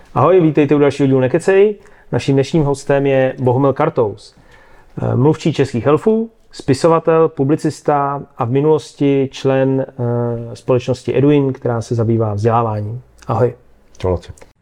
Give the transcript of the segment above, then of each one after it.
Ahoj, vítejte u dalšího dílu Nekecej. Naším dnešním hostem je Bohumil Kartous, mluvčí českých elfů, spisovatel, publicista a v minulosti člen společnosti Eduin, která se zabývá vzděláváním. Ahoj. Čau.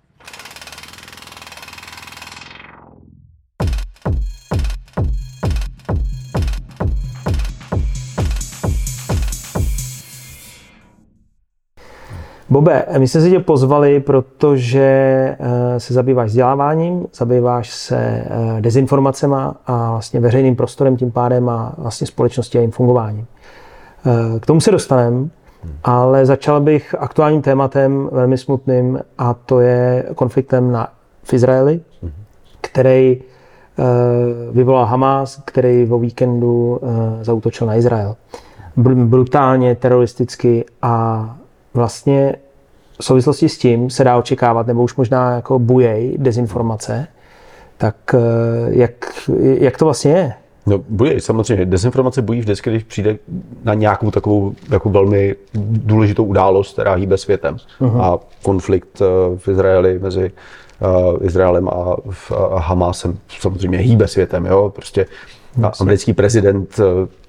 Bobe, my jsme si tě pozvali, protože se zabýváš vzděláváním, zabýváš se dezinformacema a vlastně veřejným prostorem tím pádem a vlastně společností a jejím fungováním. K tomu se dostaneme, ale začal bych aktuálním tématem velmi smutným a to je konfliktem v Izraeli, který vyvolal Hamas, který o víkendu zaútočil na Izrael. Brutálně, teroristicky a vlastně v souvislosti s tím se dá očekávat, nebo už možná jako bujej dezinformace, tak jak to vlastně je? No bujej, samozřejmě. Dezinformace bují vždycky, když přijde na nějakou takovou jako velmi důležitou událost, která hýbe světem. A konflikt v Izraeli mezi Izraelem a Hamasem samozřejmě hýbe světem. Jo? Prostě americký prezident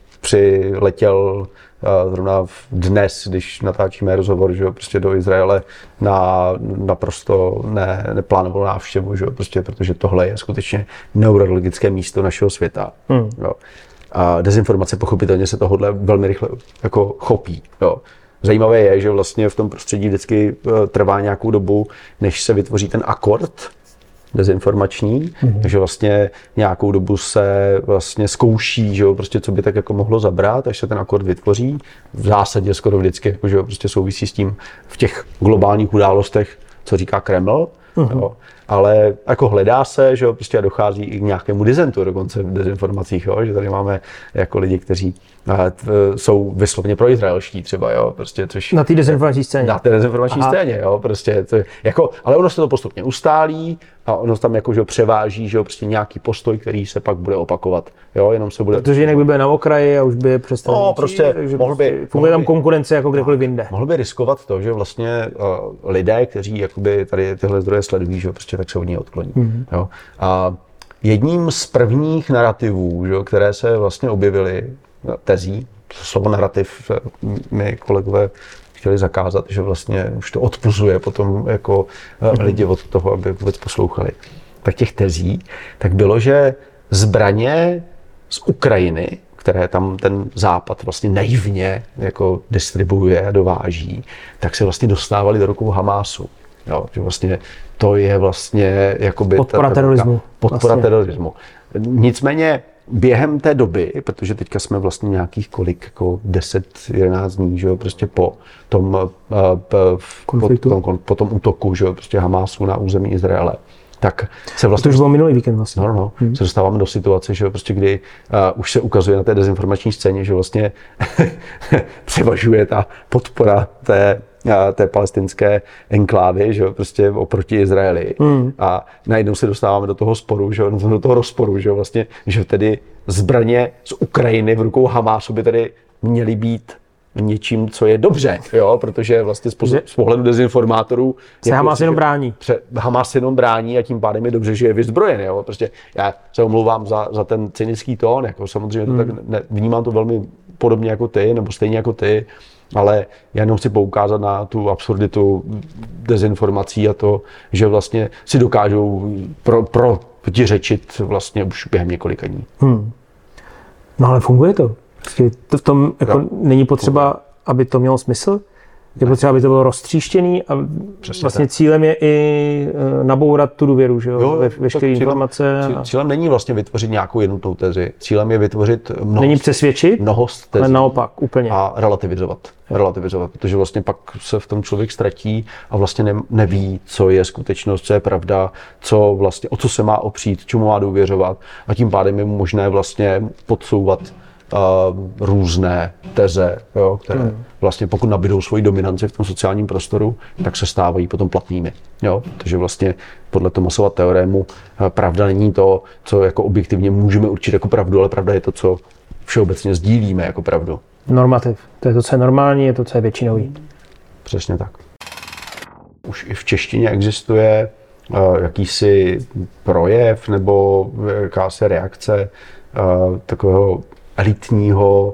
přiletěl zrovna dnes, když natáčíme rozhovor, že jo, prostě do Izraele na naprosto neplánovanou návštěvu, že jo, prostě, protože tohle je skutečně neurologické místo našeho světa. Jo. A dezinformace pochopitelně se tohodle velmi rychle jako chopí. Jo. Zajímavé je, že vlastně v tom prostředí vždycky trvá nějakou dobu, než se vytvoří ten akord dezinformační, takže vlastně nějakou dobu se vlastně zkouší, že jo, prostě co by tak jako mohlo zabrat, až se ten akord vytvoří. V zásadě skoro vždycky, jako, že jo, prostě souvisí s tím v těch globálních událostech, co říká Kreml, jo. Ale jako hledá se, že jo, prostě a dochází i k nějakému disentu dokonce v dezinformacích, jo, že tady máme jako lidi, kteří jsou vyslovně proizraelští třeba, jo, prostě, což na té dezinformační scéně. Na té dezinformační scéně, jo, prostě to je, jako, ale ono se to postupně ustálí a ono tam jako, že převáží, že prostě nějaký postoj, který se pak bude opakovat, jo, jenom se bude. Protože jinak by byl na okraji a už by přestal. No, prostě funguje tam konkurence jako kdekoliv jinde. Mohl by riskovat to, že vlastně lidé, kteří jakoby tady tyhle zdroje sledují, že prostě tak se od něj odkloní, jo. A jedním z prvních narrativů, že, které se vlastně objevily, tezí, slovo narrativ my kolegové chtěli zakázat, že vlastně už to odpuzuje potom jako lidi od toho, aby vůbec poslouchali. Tak těch tezí, tak bylo, že zbraně z Ukrajiny, které tam ten západ vlastně naivně jako distribuuje a dováží, tak se vlastně dostávaly do rukou Hamásu. Jo, že vlastně to je vlastně jakoby podpora terorismu. Podpora terorismu. Nicméně během té doby, protože teďka jsme vlastně nějakých kolik, jako 10-11 dní, že jo, prostě po tom útoku, že jo, prostě Hamásu na území Izraele, tak se vlastně... To už bylo minulý víkend vlastně. Se dostáváme do situace, že jo, prostě kdy už se ukazuje na té dezinformační scéně, že vlastně převažuje ta podpora té palestinské enklávy, že jo, prostě oproti Izraeli. A najednou se dostáváme do toho sporu, že jo, do toho rozporu, že jo, vlastně, že tedy zbraně z Ukrajiny v rukou Hamásu by tady měly být něčím, co je dobře, jo, protože vlastně z pohledu dezinformátorů se Hamas jenom brání. Hamas jenom brání a tím pádem je dobře, že je vyzbrojen, jo. Prostě já se omlouvám za ten cynický tón, jako samozřejmě to tak vnímám to velmi podobně jako ty, nebo stejně jako ty, ale já jenom chci poukázat na tu absurditu dezinformací a to, že vlastně si dokážou protiřečit vlastně už během několika dní. No ale funguje to. To v tom jako není potřeba, aby to mělo smysl. Je potřeba, aby to bylo roztříštěný a přesně vlastně tak. Cílem je i nabourat tu důvěru, že jo, veškeré informace. Cílem není vlastně vytvořit nějakou jednotnou tezi. Cílem je vytvořit není přesvědčit, tezí, ale naopak úplně. A relativizovat, protože vlastně pak se v tom člověk ztratí a vlastně neví, co je skutečnost, co je pravda, co vlastně, o co se má opřít, čemu má důvěřovat a tím pádem je možné vlastně podsouvat různé teze, jo, které vlastně pokud nabídou svoji dominanci v tom sociálním prostoru, tak se stávají potom platnými. Jo? Takže vlastně podle Thomasova teorému pravda není to, co jako objektivně můžeme určit jako pravdu, ale pravda je to, co všeobecně sdílíme jako pravdu. Normativ. To je to, co je normální, je to, co je většinový. Přesně tak. Už i v češtině existuje jakýsi projev nebo jakási reakce takového elitního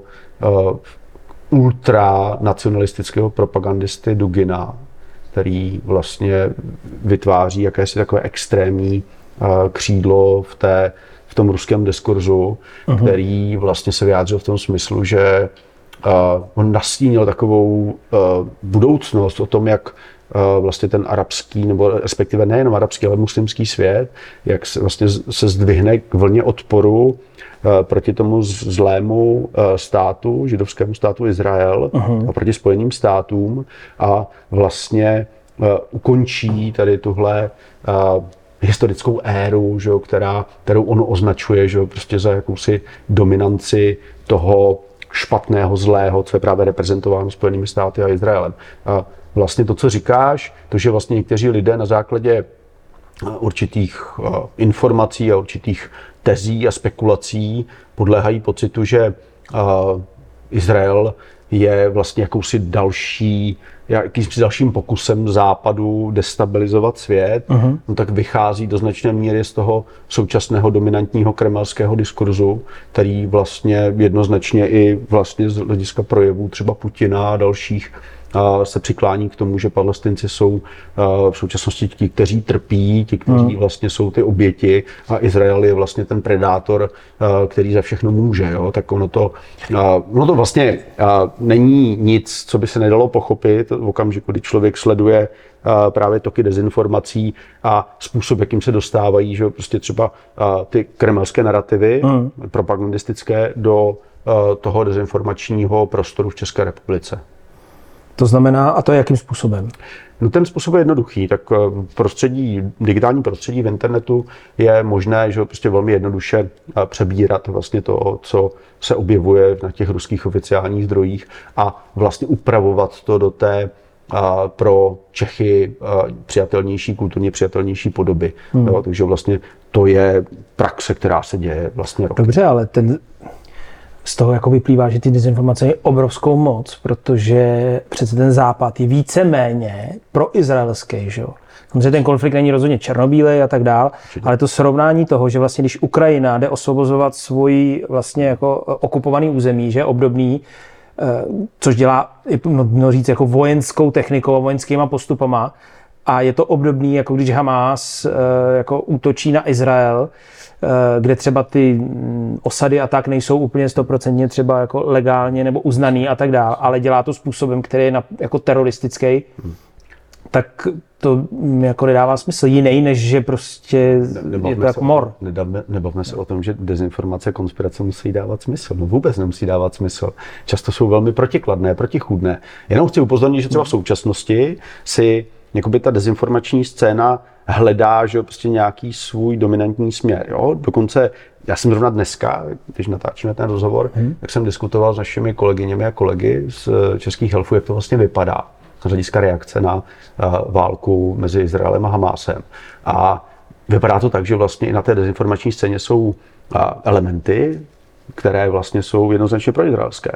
ultranacionalistického propagandisty Dugina, který vlastně vytváří jakési takové extrémní křídlo v tom ruském diskurzu, který vlastně se vyjádřil v tom smyslu, že on nastínil takovou budoucnost o tom, jak vlastně ten arabský, nebo respektive nejenom arabský, ale muslimský svět, jak se vlastně se zdvihne k vlně odporu proti tomu zlému státu, židovskému státu Izrael a proti Spojeným státům a vlastně ukončí tady tuhle historickou éru, že jo, kterou on označuje, že jo, prostě za jakousi dominanci toho špatného, zlého, co je právě reprezentováno Spojenými státy a Izraelem. A vlastně to, co říkáš, to, že vlastně někteří lidé na základě určitých informací a určitých tezí a spekulací podléhají pocitu, že Izrael je vlastně jakýmsi dalším pokusem Západu destabilizovat svět, no tak vychází do značné míry z toho současného dominantního kremelského diskurzu, který vlastně jednoznačně i vlastně z hlediska projevů třeba Putina a dalších se přiklání k tomu, že Palestinci jsou v současnosti ti, kteří trpí, ti, kteří vlastně jsou ty oběti a Izrael je vlastně ten predátor, který za všechno může. Jo? Tak ono to vlastně není nic, co by se nedalo pochopit v okamžiku, kdy člověk sleduje právě toky dezinformací a způsob, jakým se dostávají, že prostě třeba ty kremelské narrativy propagandistické do toho dezinformačního prostoru v České republice. To znamená, a to je jakým způsobem? No ten způsob je jednoduchý, tak digitální prostředí v internetu je možné, že prostě velmi jednoduše přebírat vlastně to, co se objevuje na těch ruských oficiálních zdrojích a vlastně upravovat to do té pro Čechy přijatelnější, kulturně přijatelnější podoby. Jo, takže vlastně to je praxe, která se děje vlastně roky. Dobře, ale z toho jako vyplývá, že ty dezinformace je obrovskou moc, protože přece ten Západ je víceméně proizraelský, že jo. Samozřejmě ten konflikt není rozhodně černobílej a tak dál, ale to srovnání toho, že vlastně když Ukrajina jde osvobozovat svoji vlastně jako okupovaný území, že je obdobný, což dělá, no říct, jako vojenskou technikou a vojenskýma postupama, a je to obdobný, jako když Hamas jako útočí na Izrael, kde třeba ty osady a tak nejsou úplně 100% třeba jako legálně nebo uznaný a tak dál, ale dělá to způsobem, který je jako teroristický, tak to jako nedává smysl. Jiný, než že prostě je to jako mor. Nebavme se o tom, že dezinformace a konspirace musí dávat smysl. No vůbec nemusí dávat smysl. Často jsou velmi protikladné, protichůdné. Jenom chci upozornit, že třeba v současnosti si jakoby ta dezinformační scéna hledá, že prostě nějaký svůj dominantní směr. Jo? Dokonce já jsem zrovna dneska, když natáčíme ten rozhovor, tak jsem diskutoval s našimi kolegyněmi a kolegy z českých Helfů, jak to vlastně vypadá z hlediska reakce na válku mezi Izraelem a Hamásem. A vypadá to tak, že vlastně i na té dezinformační scéně jsou elementy, které vlastně jsou jednoznačně proizraelské.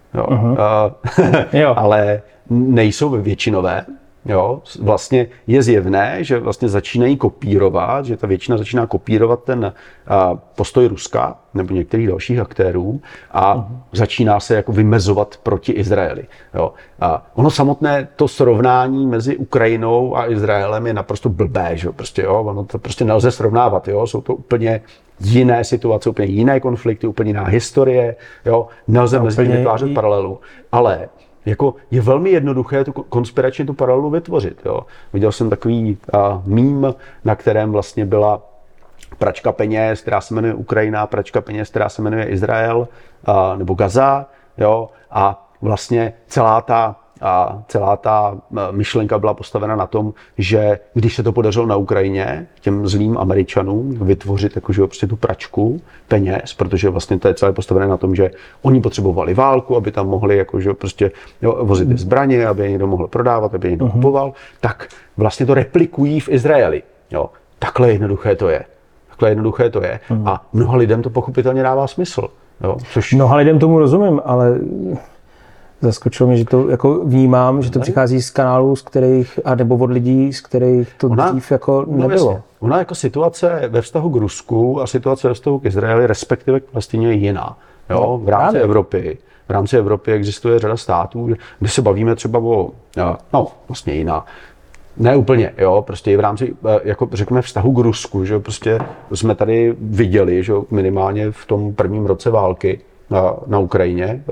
Jo? Ale nejsou většinové. Jo, vlastně je zjevné, že vlastně začínají kopírovat, že ta většina začíná kopírovat ten postoj Ruska nebo některých dalších aktérů a začíná se jako vymezovat proti Izraeli. Jo. A ono samotné to srovnání mezi Ukrajinou a Izraelem je naprosto blbé, že jo, prostě, jo, ono to prostě nelze srovnávat, jo, jsou to úplně jiné situace, úplně jiné konflikty, úplně jiná historie, jo, nelze mezi nimi vytvářet paralelu, ale jako je velmi jednoduché konspiračně tu paralelu vytvořit. Jo. Viděl jsem takový mím, na kterém vlastně byla pračka peněz, která se jmenuje Ukrajina, pračka peněz, která se jmenuje Izrael nebo Gaza. Jo. A vlastně celá ta myšlenka byla postavena na tom, že když se to podařilo na Ukrajině, těm zlým Američanům vytvořit jakože prostě tu pračku peněz, protože vlastně to je celé postavené na tom, že oni potřebovali válku, aby tam mohli jakože prostě vozit ty zbraně, aby je někdo mohl prodávat, aby je někdo kupoval, tak vlastně to replikují v Izraeli. Jo. Takhle jednoduché to je. A mnoha lidem to pochopitelně dává smysl. Jo. Mnoha lidem tomu rozumím, ale Zaskočilo mě, že to jako vnímám, že to přichází z kanálů, z kterých, a nebo od lidí, z kterých to dřív jako nebylo. Jasně. Ona jako situace ve vztahu k Rusku a situace ve vztahu k Izraeli, respektive k Palestině, je jiná. Jo? V rámci Evropy existuje řada států, kde se bavíme třeba o, vlastně jiná. Ne úplně, jo, prostě i v rámci, jako řekněme, vztahu k Rusku, že prostě jsme tady viděli, že minimálně v tom prvním roce války na Ukrajině,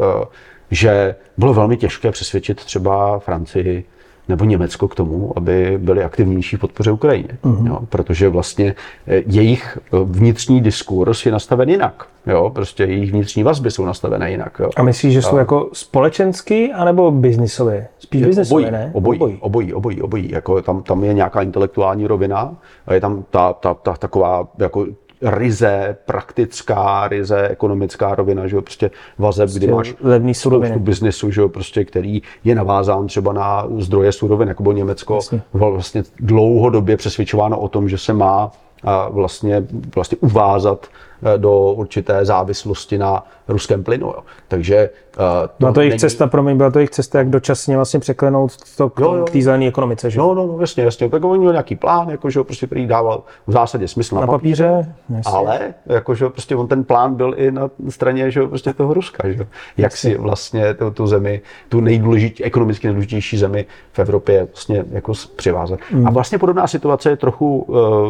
že bylo velmi těžké přesvědčit třeba Francii nebo Německo k tomu, aby byli aktivnější v podpoře Ukrajině. Jo, protože vlastně jejich vnitřní diskurs je nastaven jinak. Jo, prostě jejich vnitřní vazby jsou nastavené jinak. Jo. A myslíš, že jsou jako společenský anebo biznisově? Spíš biznisově, ne? Obojí. Jako tam je nějaká intelektuální rovina a je tam ta taková jako ryze praktická, ryze ekonomická rovina, že jo, prostě vazeb, kdy máš spoustu biznesu, že jo, prostě, který je navázán třeba na zdroje surovin, jako bylo Německo, vlastně dlouhodobě přesvědčováno o tom, že se má vlastně uvázat do určité závislosti na ruském plynu. Jo. Takže byla to jejich cesta, jak dočasně vlastně překlenout to k té zelené ekonomice, že? No, jasně. Tak oni měl nějaký plán, jakože prostě, který dával v zásadě smysl na papíře, ale jakože prostě on ten plán byl i na straně, že prostě toho Ruska, že? Jak si vlastně tu zemi, tu ekonomicky nejdůležitější zemi v Evropě vlastně jako přivázat. A vlastně podobná situace je trochu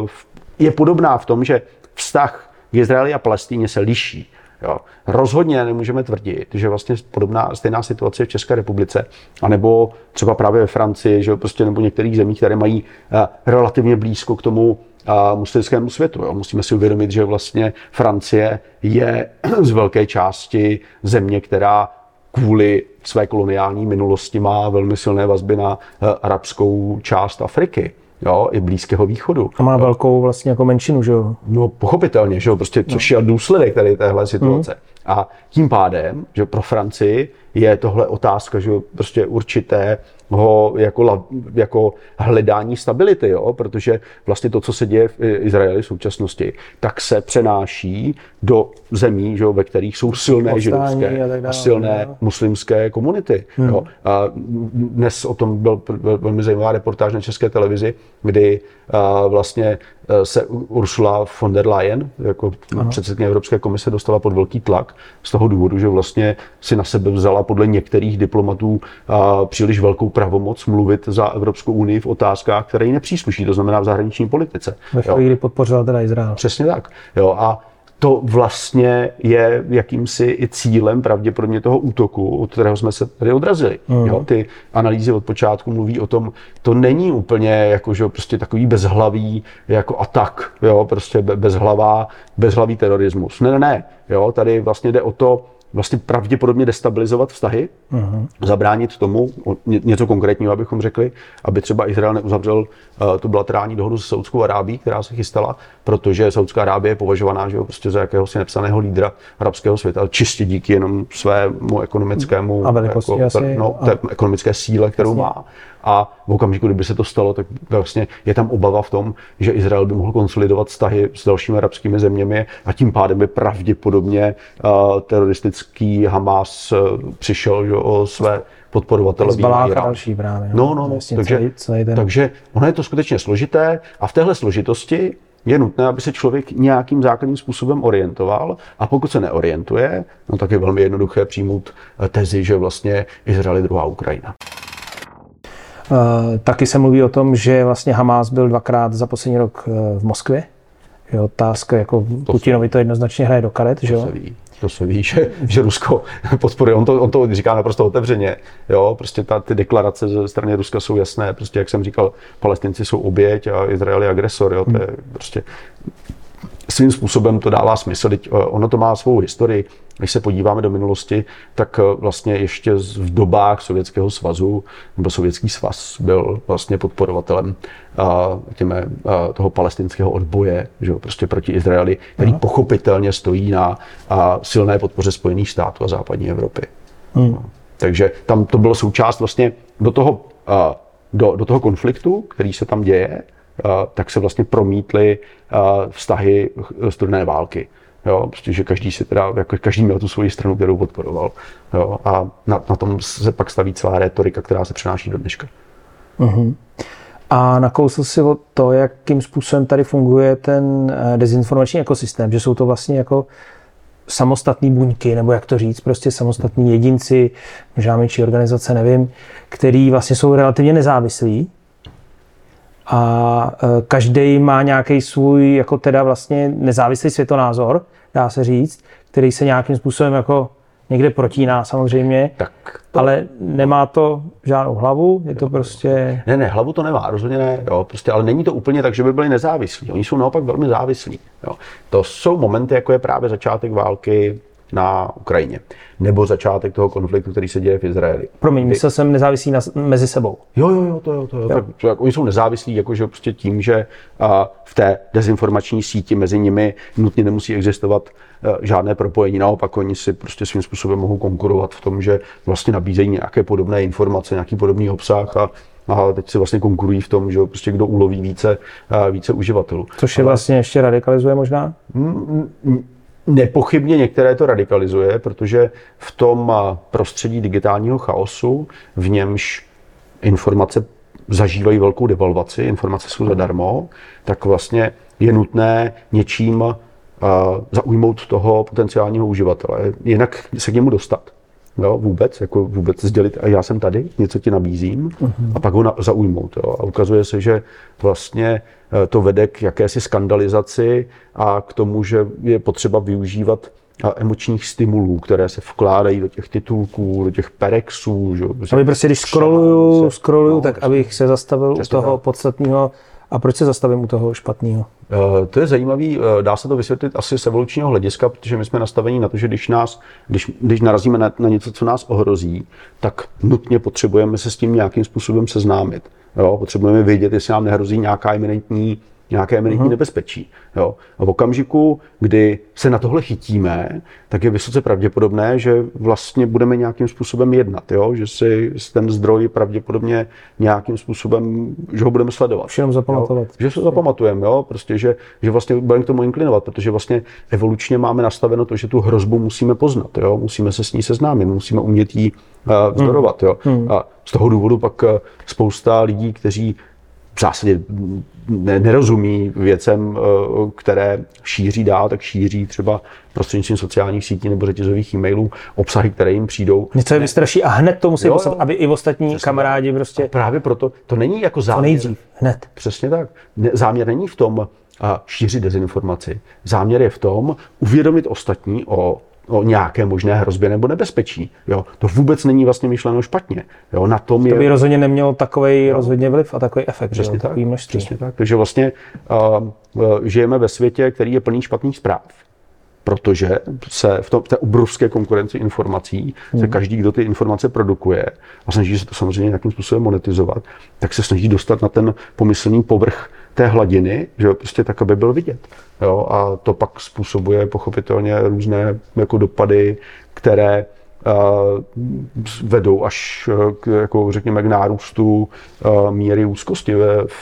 je podobná v tom, že vztah k Izraeli a Palestině se liší. Jo. Rozhodně nemůžeme tvrdit, že vlastně stejná situace v České republice, anebo třeba právě ve Francii, že prostě, nebo některých zemích, které mají relativně blízko k tomu muslimskému světu. Jo. Musíme si uvědomit, že vlastně Francie je z velké části země, která kvůli své koloniální minulosti má velmi silné vazby na arabskou část Afriky. Jo, i Blízkého východu. A má velkou vlastně jako menšinu, že jo? No pochopitelně, že jo, prostě což je důsledek tady téhle situace. A tím pádem, že pro Francii je tohle otázka, že jo, prostě určitého jako hledání stability, jo, protože vlastně to, co se děje v Izraeli v současnosti, tak se přenáší do zemí, že jo, ve kterých jsou silné židovské a silné muslimské komunity. Jo. A dnes o tom byl velmi zajímavá reportáž na České televizi, kdy vlastně se Ursula von der Leyen, jako předsedkyně Evropské komise, dostala pod velký tlak z toho důvodu, že vlastně si na sebe vzala podle některých diplomatů příliš velkou pravomoc mluvit za Evropskou unii v otázkách, které jí nepřísluší, to znamená v zahraniční politice. Ve chvíli, kdy podpořila teda Izrael. Přesně tak. Jo, a to vlastně je jakýmsi i cílem pravděpodobně toho útoku, od kterého jsme se tady odrazili. Jo, ty analýzy od počátku mluví o tom, to není úplně jako, že prostě takový bezhlavý jako atak, jo, prostě bezhlavý terorismus. Ne. Jo, tady vlastně jde o to, vlastně pravděpodobně destabilizovat vztahy, zabránit tomu, něco konkrétního, abychom řekli, aby třeba Izrael neuzavřel tu bilaterální dohodu s Saudskou Arábií, která se chystala, protože Saudská Arábie je považovaná, že jo, prostě za jakéhosi nepsaného lídra arabského světa, čistě díky jenom svému ekonomickému ekonomické síle, kterou má. A v okamžiku, kdyby se to stalo, tak vlastně je tam obava v tom, že Izrael by mohl konsolidovat vztahy s dalšími arabskými zeměmi a tím pádem by pravděpodobně teroristický Hamas přišel, že, o své podporovatele Irán. Takže ono je to skutečně složité a v téhle složitosti je nutné, aby se člověk nějakým základním způsobem orientoval a pokud se neorientuje, no tak je velmi jednoduché přijmout tezi, že vlastně Izrael je druhá Ukrajina. Taky se mluví o tom, že vlastně Hamás byl dvakrát za poslední rok v Moskvě. Je otázka, jako Putinovi to jednoznačně hraje do karet, že jo? To se ví, že Rusko podporuje, on to říká naprosto otevřeně, jo, prostě ty deklarace ze strany Ruska jsou jasné, prostě jak jsem říkal, Palestinci jsou oběť a Izrael je agresor, jo, to je prostě svým způsobem to dává smysl, ono to má svou historii. Když se podíváme do minulosti, tak vlastně ještě v dobách Sovětského svazu, nebo Sovětský svaz byl vlastně podporovatelem toho palestinského odboje, že prostě proti Izraeli, který pochopitelně stojí na silné podpoře Spojených států a západní Evropy. Takže tam to bylo součást vlastně do toho konfliktu, který se tam děje, tak se vlastně promítly vztahy studené války. Jo, prostě, že každý si teda, jako každý měl tu svoji stranu, kterou podporoval. Jo, a na tom se pak staví celá rétorika, která se přenáší do dneška. Uh-huh. A nakousl si o to, jakým způsobem tady funguje ten dezinformační ekosystém, že jsou to vlastně jako samostatný buňky, nebo jak to říct, prostě samostatní jedinci, možná menší organizace, nevím, který vlastně jsou relativně nezávislí a každý má nějaký svůj jako teda vlastně nezávislý světonázor, dá se říct, který se nějakým způsobem jako někde protíná samozřejmě, ale nemá to žádnou hlavu, je to prostě... Ne, hlavu to nemá, rozhodně ne, jo, prostě, ale není to úplně tak, že by byli nezávislí, oni jsou naopak velmi závislí. Jo. To jsou momenty, jako je právě začátek války na Ukrajině, nebo začátek toho konfliktu, který se děje v Izraeli. Promiň, myslel jsem nezávislí mezi sebou. Jo. Tak oni jsou nezávislí jakože prostě tím, že v té dezinformační síti mezi nimi nutně nemusí existovat žádné propojení. Naopak oni si prostě svým způsobem mohou konkurovat v tom, že vlastně nabízejí nějaké podobné informace, nějaký podobný obsah a teď si vlastně konkurují v tom, že prostě kdo uloví více uživatelů. Což je vlastně ještě radikalizuje možná? Nepochybně některé to radikalizuje, protože v tom prostředí digitálního chaosu, v němž informace zažívají velkou devalvaci, informace jsou zadarmo, tak vlastně je nutné něčím zaujmout toho potenciálního uživatele, jinak se k němu dostat. Jo, vůbec sdělit, a já jsem tady, něco ti nabízím, a pak ho zaujmout. Jo. A ukazuje se, že vlastně to vede k jakési skandalizaci a k tomu, že je potřeba využívat emočních stimulů, které se vkládají do těch titulků, do těch perexů. Že? Aby prostě, když scrolluju, tak abych se zastavil u toho podstatného. A proč se zastavím u toho špatného? To je zajímavý, dá se to vysvětlit asi z evolučního hlediska, protože my jsme nastavení na to, že když narazíme na něco, co nás ohrozí, tak nutně potřebujeme se s tím nějakým způsobem seznámit. Jo? Potřebujeme vědět, jestli nám nehrozí nějaké eminentní nebezpečí. Jo? A v okamžiku, kdy se na tohle chytíme, tak je vysoce pravděpodobné, že vlastně budeme nějakým způsobem jednat, jo? Že si ten zdroj pravděpodobně nějakým způsobem, že ho budeme sledovat. Všem zapamatovat. Jo? Že se zapamatujeme, jo? Prostě, že vlastně budeme k tomu inklinovat, protože vlastně evolučně máme nastaveno to, že tu hrozbu musíme poznat, jo? Musíme se s ní seznámit, musíme umět jí vzdorovat. Jo? A z toho důvodu pak spousta lidí, kteří v zásadě nerozumí věcem, které šíří dál, tak šíří třeba prostřednictvím sociálních sítí nebo řetězových e-mailů obsahy, které jim přijdou. Něco je vystraší a hned to musí poslat, aby i ostatní kamarádi prostě... A právě proto to není jako záměr. To nejdřív, hned. Přesně tak. Záměr není v tom šířit dezinformaci. Záměr je v tom uvědomit ostatní o nějaké možné hrozbě nebo nebezpečí. Jo? To vůbec není vlastně myšleno špatně. Jo? Na tom to by rozhodně nemělo takový rozhodně vliv a takový efekt. Přesně tak. Přesně tak. Takže vlastně žijeme ve světě, který je plný špatných zpráv. Protože se v té obrovské konkurenci informací se každý, kdo ty informace produkuje a snaží se to samozřejmě nějakým způsobem monetizovat, tak se snaží dostat na ten pomyslný povrch té hladiny, že prostě tak, aby byl vidět. Jo? A to pak způsobuje pochopitelně různé jako dopady, které vedou až řekněme, k nárůstu míry úzkosti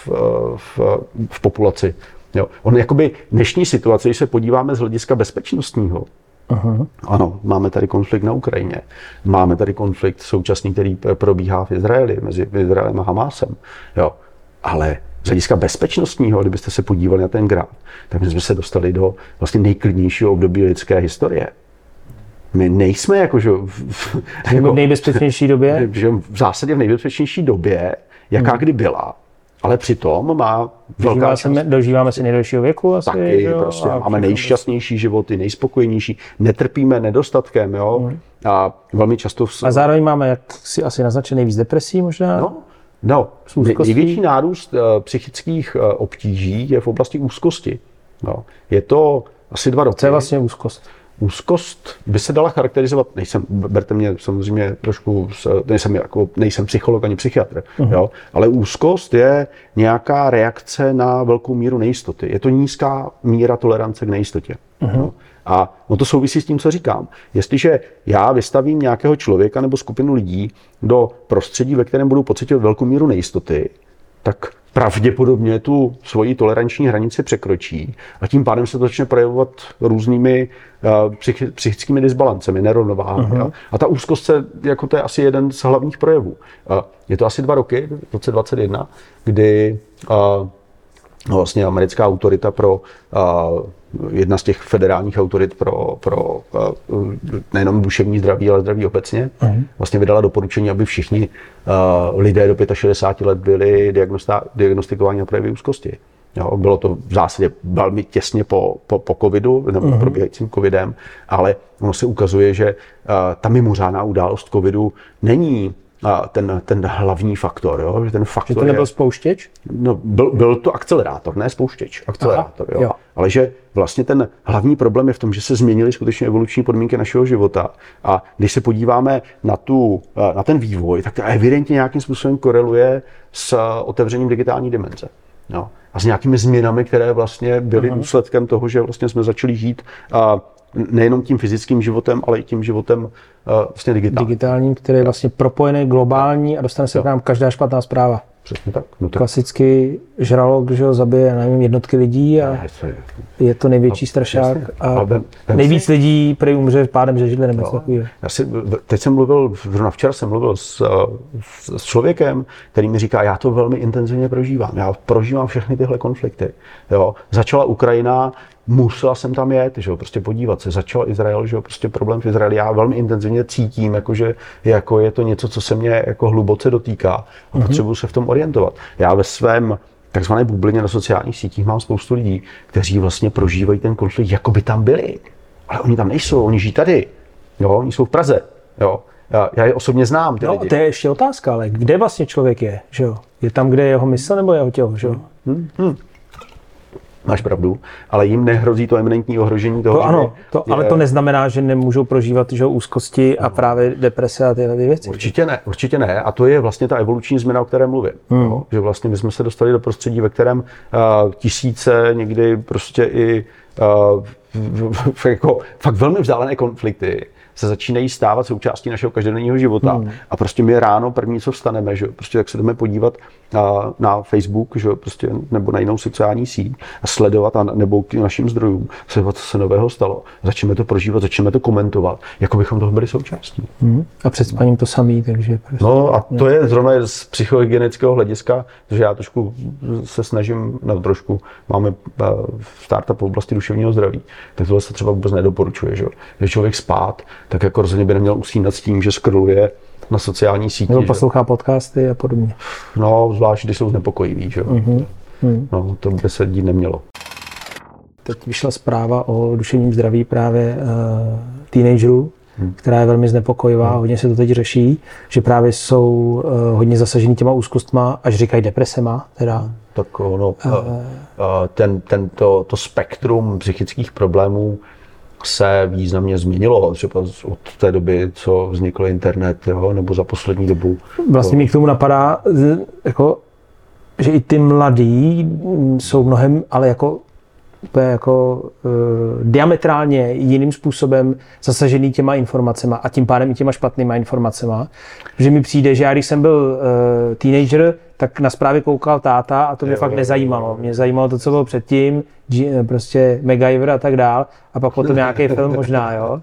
v populaci. Jo. On jakoby dnešní situace, když se podíváme z hlediska bezpečnostního, ano, máme tady konflikt na Ukrajině, máme tady konflikt současný, který probíhá v Izraeli, mezi Izraelem a Hamásem, jo. Ale z hlediska bezpečnostního, kdybyste se podívali na ten graf, tak my jsme se dostali do vlastně nejklidnějšího období lidské historie. My nejsme jako v nejbezpečnější době? V zásadě v nejbezpečnější době, jaká kdy byla. Ale přitom má velká dožíváme se nejdelšího věku asi. Taky, prostě máme nejšťastnější životy, nejspokojenější, netrpíme nedostatkem, jo. A velmi často... A zároveň máme, jak si asi naznačený, víc depresí možná? No. Největší nárůst psychických obtíží je v oblasti úzkosti. No. Je to asi 2 roky. Co je vlastně úzkost? Úzkost by se dala charakterizovat, berte mě samozřejmě trošku, nejsem psycholog ani psychiatr, jo, ale úzkost je nějaká reakce na velkou míru nejistoty. Je to nízká míra tolerance k nejistotě. Jo. A to souvisí s tím, co říkám. Jestliže já vystavím nějakého člověka nebo skupinu lidí do prostředí, ve kterém budou pocitovat velkou míru nejistoty, tak pravděpodobně tu svoji toleranční hranici překročí a tím pádem se to začne projevovat různými psychickými disbalancemi, nerovnováhami. Uh-huh. A ta úzkost jako to je asi jeden z hlavních projevů. Je to asi 2 roky, v roce 2021, kdy vlastně americká autorita jedna z těch federálních autorit pro nejenom duševní zdraví, ale zdraví obecně, vlastně vydala doporučení, aby všichni lidé do 65 let byli diagnostikováni na projevy úzkosti. Jo, bylo to v zásadě velmi těsně po covidu, nebo probíhajícím covidem, ale ono se ukazuje, že ta mimořádná událost covidu není ten hlavní faktor, jo? Že ten faktor že to nebyl spouštěč? No, byl to akcelerátor, ne spouštěč, akcelerátor, Aha, jo. Ale že vlastně ten hlavní problém je v tom, že se změnily skutečně evoluční podmínky našeho života a když se podíváme na ten vývoj, tak to evidentně nějakým způsobem koreluje s otevřením digitální dimenze. Jo? A s nějakými změnami, které vlastně byly důsledkem toho, že vlastně jsme začali žít nejenom tím fyzickým životem, ale i tím životem vlastně digitálním, který je vlastně propojený, globální a dostane se k nám každá špatná zpráva. Přesně tak. No tak. Klasicky žralok, že ho zabije, nevím, jednotky lidí a je to největší strašák a nejvíc lidí prý umře pádem ze židle nebo takového. Včera jsem mluvil s člověkem, který mi říká, já to velmi intenzivně prožívám. Já prožívám všechny tyhle konflikty. Jo. Začala Ukrajina, musela jsem tam jet, že jo, prostě podívat se. Začal Izrael, že jo, prostě problém v Izraeli. Já velmi intenzivně cítím, jako je to něco, co se mě jako hluboce dotýká a potřebuji se v tom orientovat. Já ve svém takzvané bublině na sociálních sítích mám spoustu lidí, kteří vlastně prožívají ten konflikt, jako by tam byli. Ale oni tam nejsou, oni žijí tady. Jo, oni jsou v Praze. Jo. Já je osobně znám, ty lidi. To je ještě otázka, ale kde vlastně člověk je, že jo? Je tam, kde je jeho mysl nebo jeho tělo, že jo? Máš pravdu, ale jim nehrozí to eminentní ohrožení toho, ano, ale to neznamená, že nemůžou prožívat úzkosti a právě deprese a tyhle věci. Určitě ne. A to je vlastně ta evoluční změna, o které mluvím. Jo? Že vlastně my jsme se dostali do prostředí, ve kterém tisíce, někdy prostě i jako fakt velmi vzdálené konflikty se začínají stávat součástí našeho každodenního života. A prostě my ráno první, co vstaneme, že prostě tak se jdeme podívat na Facebook, že prostě, nebo na jinou sociální síť a sledovat nebo k našim zdrojům, sledovat, co se nového stalo. Začneme to prožívat, začneme to komentovat, jako bychom toho byli součástí. A před spaním to samý, takže... Prostě, no a to je zrovna z psychohygienického hlediska, že já trošku se snažím, máme startup v oblasti duševního zdraví, tak tohle se třeba vůbec nedoporučuje, že člověk spát, tak jako rozhodně by neměl usínat s tím, že scrolluje na sociální síti. Nebo poslouchá podcasty a podobně. No, zvlášť, když jsou znepokojivý, že jo. No, to by se dít nemělo. Teď vyšla zpráva o duševním zdraví právě teenagerů, která je velmi znepokojivá, hodně se to teď řeší, že právě jsou hodně zasažení těma úzkostma, až říkají depresema, teda. Tak ono, to spektrum psychických problémů se významně změnilo, třeba od té doby, co vznikl internet, jo, nebo za poslední dobu. Vlastně mi k tomu napadá, jako, že i ty mladí jsou mnohem, ale jako diametrálně jiným způsobem zasažený těma informacema a tím pádem i těma špatnýma informacema. Že mi přijde, že já když jsem byl teenager, tak na zprávy koukal táta a to mě fakt nezajímalo. Mě zajímalo to, co bylo předtím, prostě MacGyver a tak dál a pak potom nějaký film možná, jo.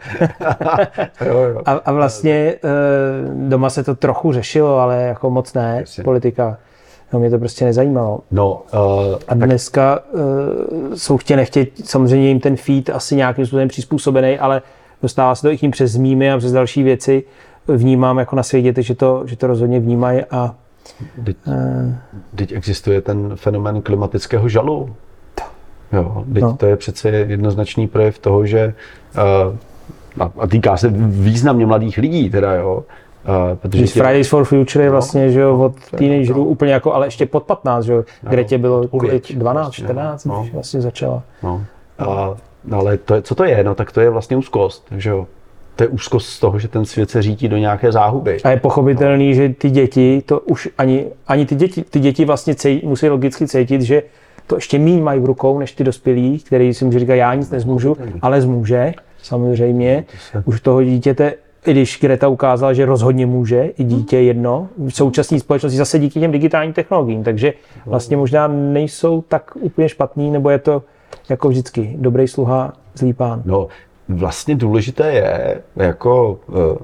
A vlastně doma se to trochu řešilo, ale jako moc ne, politika. No, mě to prostě nezajímalo. A dneska jsou chtě nechtě, samozřejmě jim ten feed asi nějakým způsobem přizpůsobený, ale dostává se to i k ním přes mýmy a přes další věci. Vnímám jako na svých dětech, že to rozhodně vnímají a... Teď existuje ten fenomén klimatického žalu. Jo, to je přece jednoznačný projev toho, že a týká se významně mladých lidí, teda jo. Protože Fridays for Future je vlastně, že jo, od teenagerů úplně jako, ale ještě pod 15, že jo, kde tě bylo 12, 14, když vlastně začala. Ale co to je? No tak to je vlastně úzkost, že jo. To je úzkost z toho, že ten svět se řítí do nějaké záhuby. A je pochopitelný, že ty děti, to už ani ty děti vlastně musí logicky cítit, že to ještě míň mají v rukou, než ty dospělí, který si může říkat, já nic nezmůžu, ale zmůže, samozřejmě. Už toho dítěte I když Greta ukázala, že rozhodně může i dítě jedno v současné společnosti zase díky těm digitálním technologiím, takže vlastně možná nejsou tak úplně špatný, nebo je to jako vždycky dobrý sluha, zlý pán. No, vlastně důležité je jako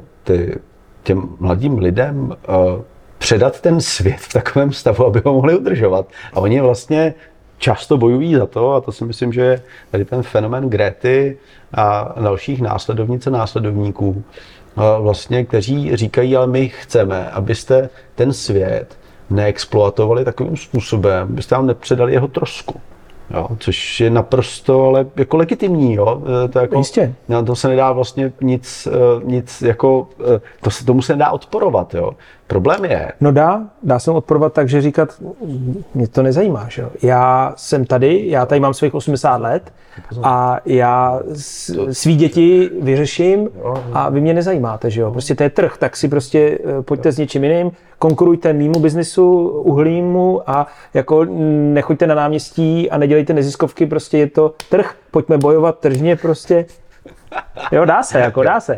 těm mladým lidem předat ten svět v takovém stavu, aby ho mohli udržovat. A oni vlastně často bojují za to, a to si myslím, že je tady ten fenomén Grety a dalších následovnic a následovníků, vlastně, kteří říkají, ale my chceme, abyste ten svět neexploatovali takovým způsobem, abyste nám nepředali jeho trosku. Jo, což je naprosto ale jako legitimní, jo. To jako, jistě. To se nedá vlastně nic jako, tomu se nedá odporovat, jo. Problém je. No dá se odporovat tak, že říkat, mě to nezajímá, že jo. Já jsem tady, já tady mám svých 80 let a já svý děti vyřeším a vy mě nezajímáte, že jo. Prostě to je trh, tak si prostě pojďte s něčím jiným, konkurujte mýmu biznisu, uhlímu a jako nechoďte na náměstí a nedělejte neziskovky, prostě je to trh, pojďme bojovat tržně prostě. Jo, dá se.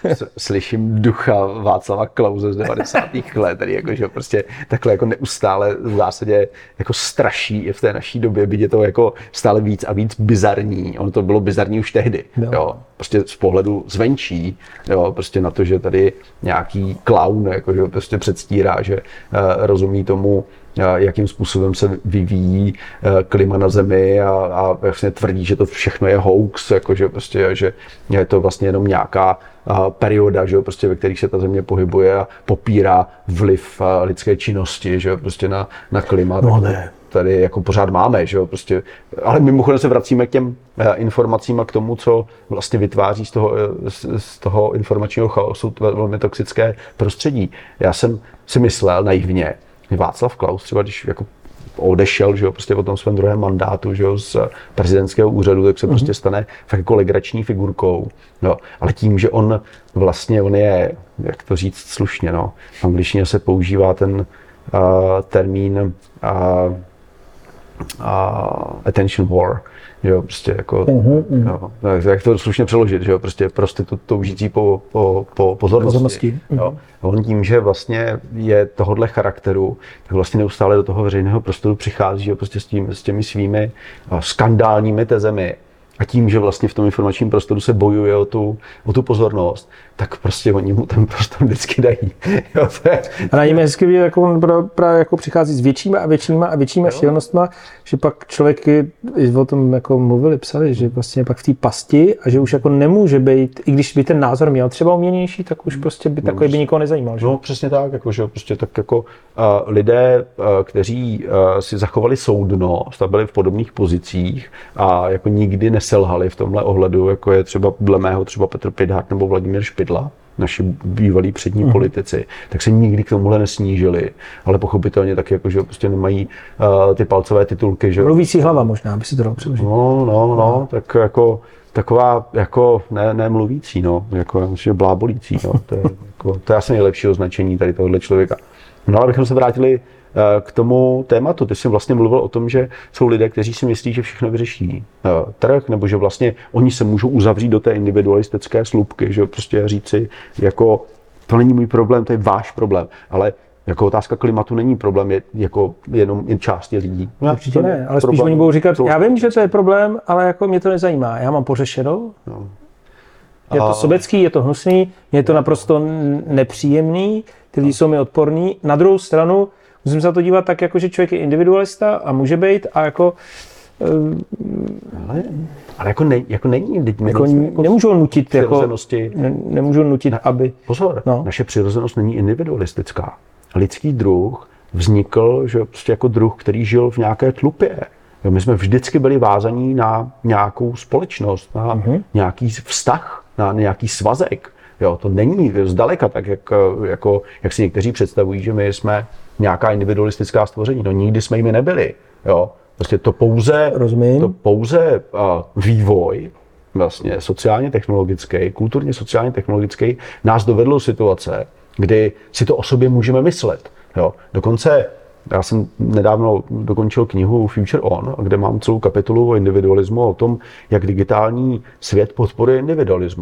Slyším ducha Václava Klause z 90. let, tady jakože prostě takhle jako neustále v zásadě jako straší i v té naší době, byť je to jako stále víc a víc bizarní. Ono to bylo bizarní už tehdy, jo. Prostě z pohledu zvenčí, jo, prostě na to, že tady nějaký klaun jakože prostě předstírá, že rozumí tomu, jakým způsobem se vyvíjí klima na Zemi a vlastně tvrdí, že to všechno je hoax, jakože prostě, že je to vlastně jenom nějaká perioda, že jo, prostě, ve kterých se ta Země pohybuje a popírá vliv lidské činnosti, že jo, prostě na klima. No, tady jako pořád máme, že jo, prostě, ale mimochodem se vracíme k těm informacím a k tomu, co vlastně vytváří z toho informačního chaosu velmi toxické prostředí. Já jsem si myslel naivně, Václav Klaus třeba, když jako odešel, že jo, prostě po tom svém druhém mandátu, že jo, z prezidentského úřadu, tak se prostě stane fakt jako legrační figurkou, no, ale tím, že on je, jak to říct slušně, no, v angličtině se používá ten termín attention whore, že jo, prostě jako, jo, jak to slušně přeložit, že jo, prostě prostitut toužící po pozornosti. Jo. On tím, že vlastně je tohodle charakteru, tak vlastně neustále do toho veřejného prostoru přichází, že jo, prostě s těmi svými skandálními tezemi. A tím, že vlastně v tom informačním prostoru se bojuje o tu pozornost, tak prostě oni mu ten prostor vždycky dají. Jo, a na něm je hezky vidět, jak on právě jako přichází s většíma a většíma šílenostma, že pak člověk o tom jako mluvili, psali, že vlastně pak v té pasti a že už jako nemůže být, i když by ten názor měl třeba uměnější, tak už prostě by takový by nikoho nezajímal. Že? No přesně tak, jako, že prostě tak jako lidé, kteří si zachovali soudnost a byli v podobných pozicích a jako nikdy neselhali v tomhle ohledu, jako je třeba dle mého třeba Petr Pidhák nebo Vladimír Špidla, naši bývalí přední politici, tak se nikdy k tomuhle nesnížili, ale pochopitelně taky jako, že prostě nemají ty palcové titulky. Že... Mluvící hlava možná, by si to dalo přeložit. No, tak jako taková jako ne mluvící, no, jako blábolící, no, to je asi nejlepší označení tady tohohle člověka. No, ale abychom se vrátili k tomu tématu. Ty jsi vlastně mluvil o tom, že jsou lidé, kteří si myslí, že všechno vyřeší trh, nebo že vlastně oni se můžou uzavřít do té individualistické slupky, že prostě říci, jako to není můj problém, to je váš problém, ale jako otázka klimatu není problém, je jako jenom jen části lidí. Určitě ne, ale spíš oni budou říkat, já vím, že to je problém, ale jako mě to nezajímá, já mám pořešeno. No. Je to sobecký, je to hnusný, je to naprosto nepříjemný, ty lidi jsou mi odporní. Na druhou stranu musím se na to dívat tak, jako, že člověk je individualista a může být a jako... Ale jako není... Nemůžu nutit, nemůžu nutit, aby... Pozor, naše přirozenost není individualistická. Lidský druh vznikl, že prostě jako druh, který žil v nějaké tlupě. My jsme vždycky byli vázaní na nějakou společnost, na nějaký vztah, na nějaký svazek. Jo, to není zdaleka tak, jak si někteří představují, že my jsme nějaká individualistická stvoření. No nikdy jsme jimi nebyli. Jo. Prostě to pouze vývoj vlastně sociálně technologický, kulturně sociálně technologický nás dovedl do situace, kdy si to o sobě můžeme myslet. Jo. Dokonce já jsem nedávno dokončil knihu Future On, kde mám celou kapitolu o individualismu a o tom, jak digitální svět podporuje individualismus.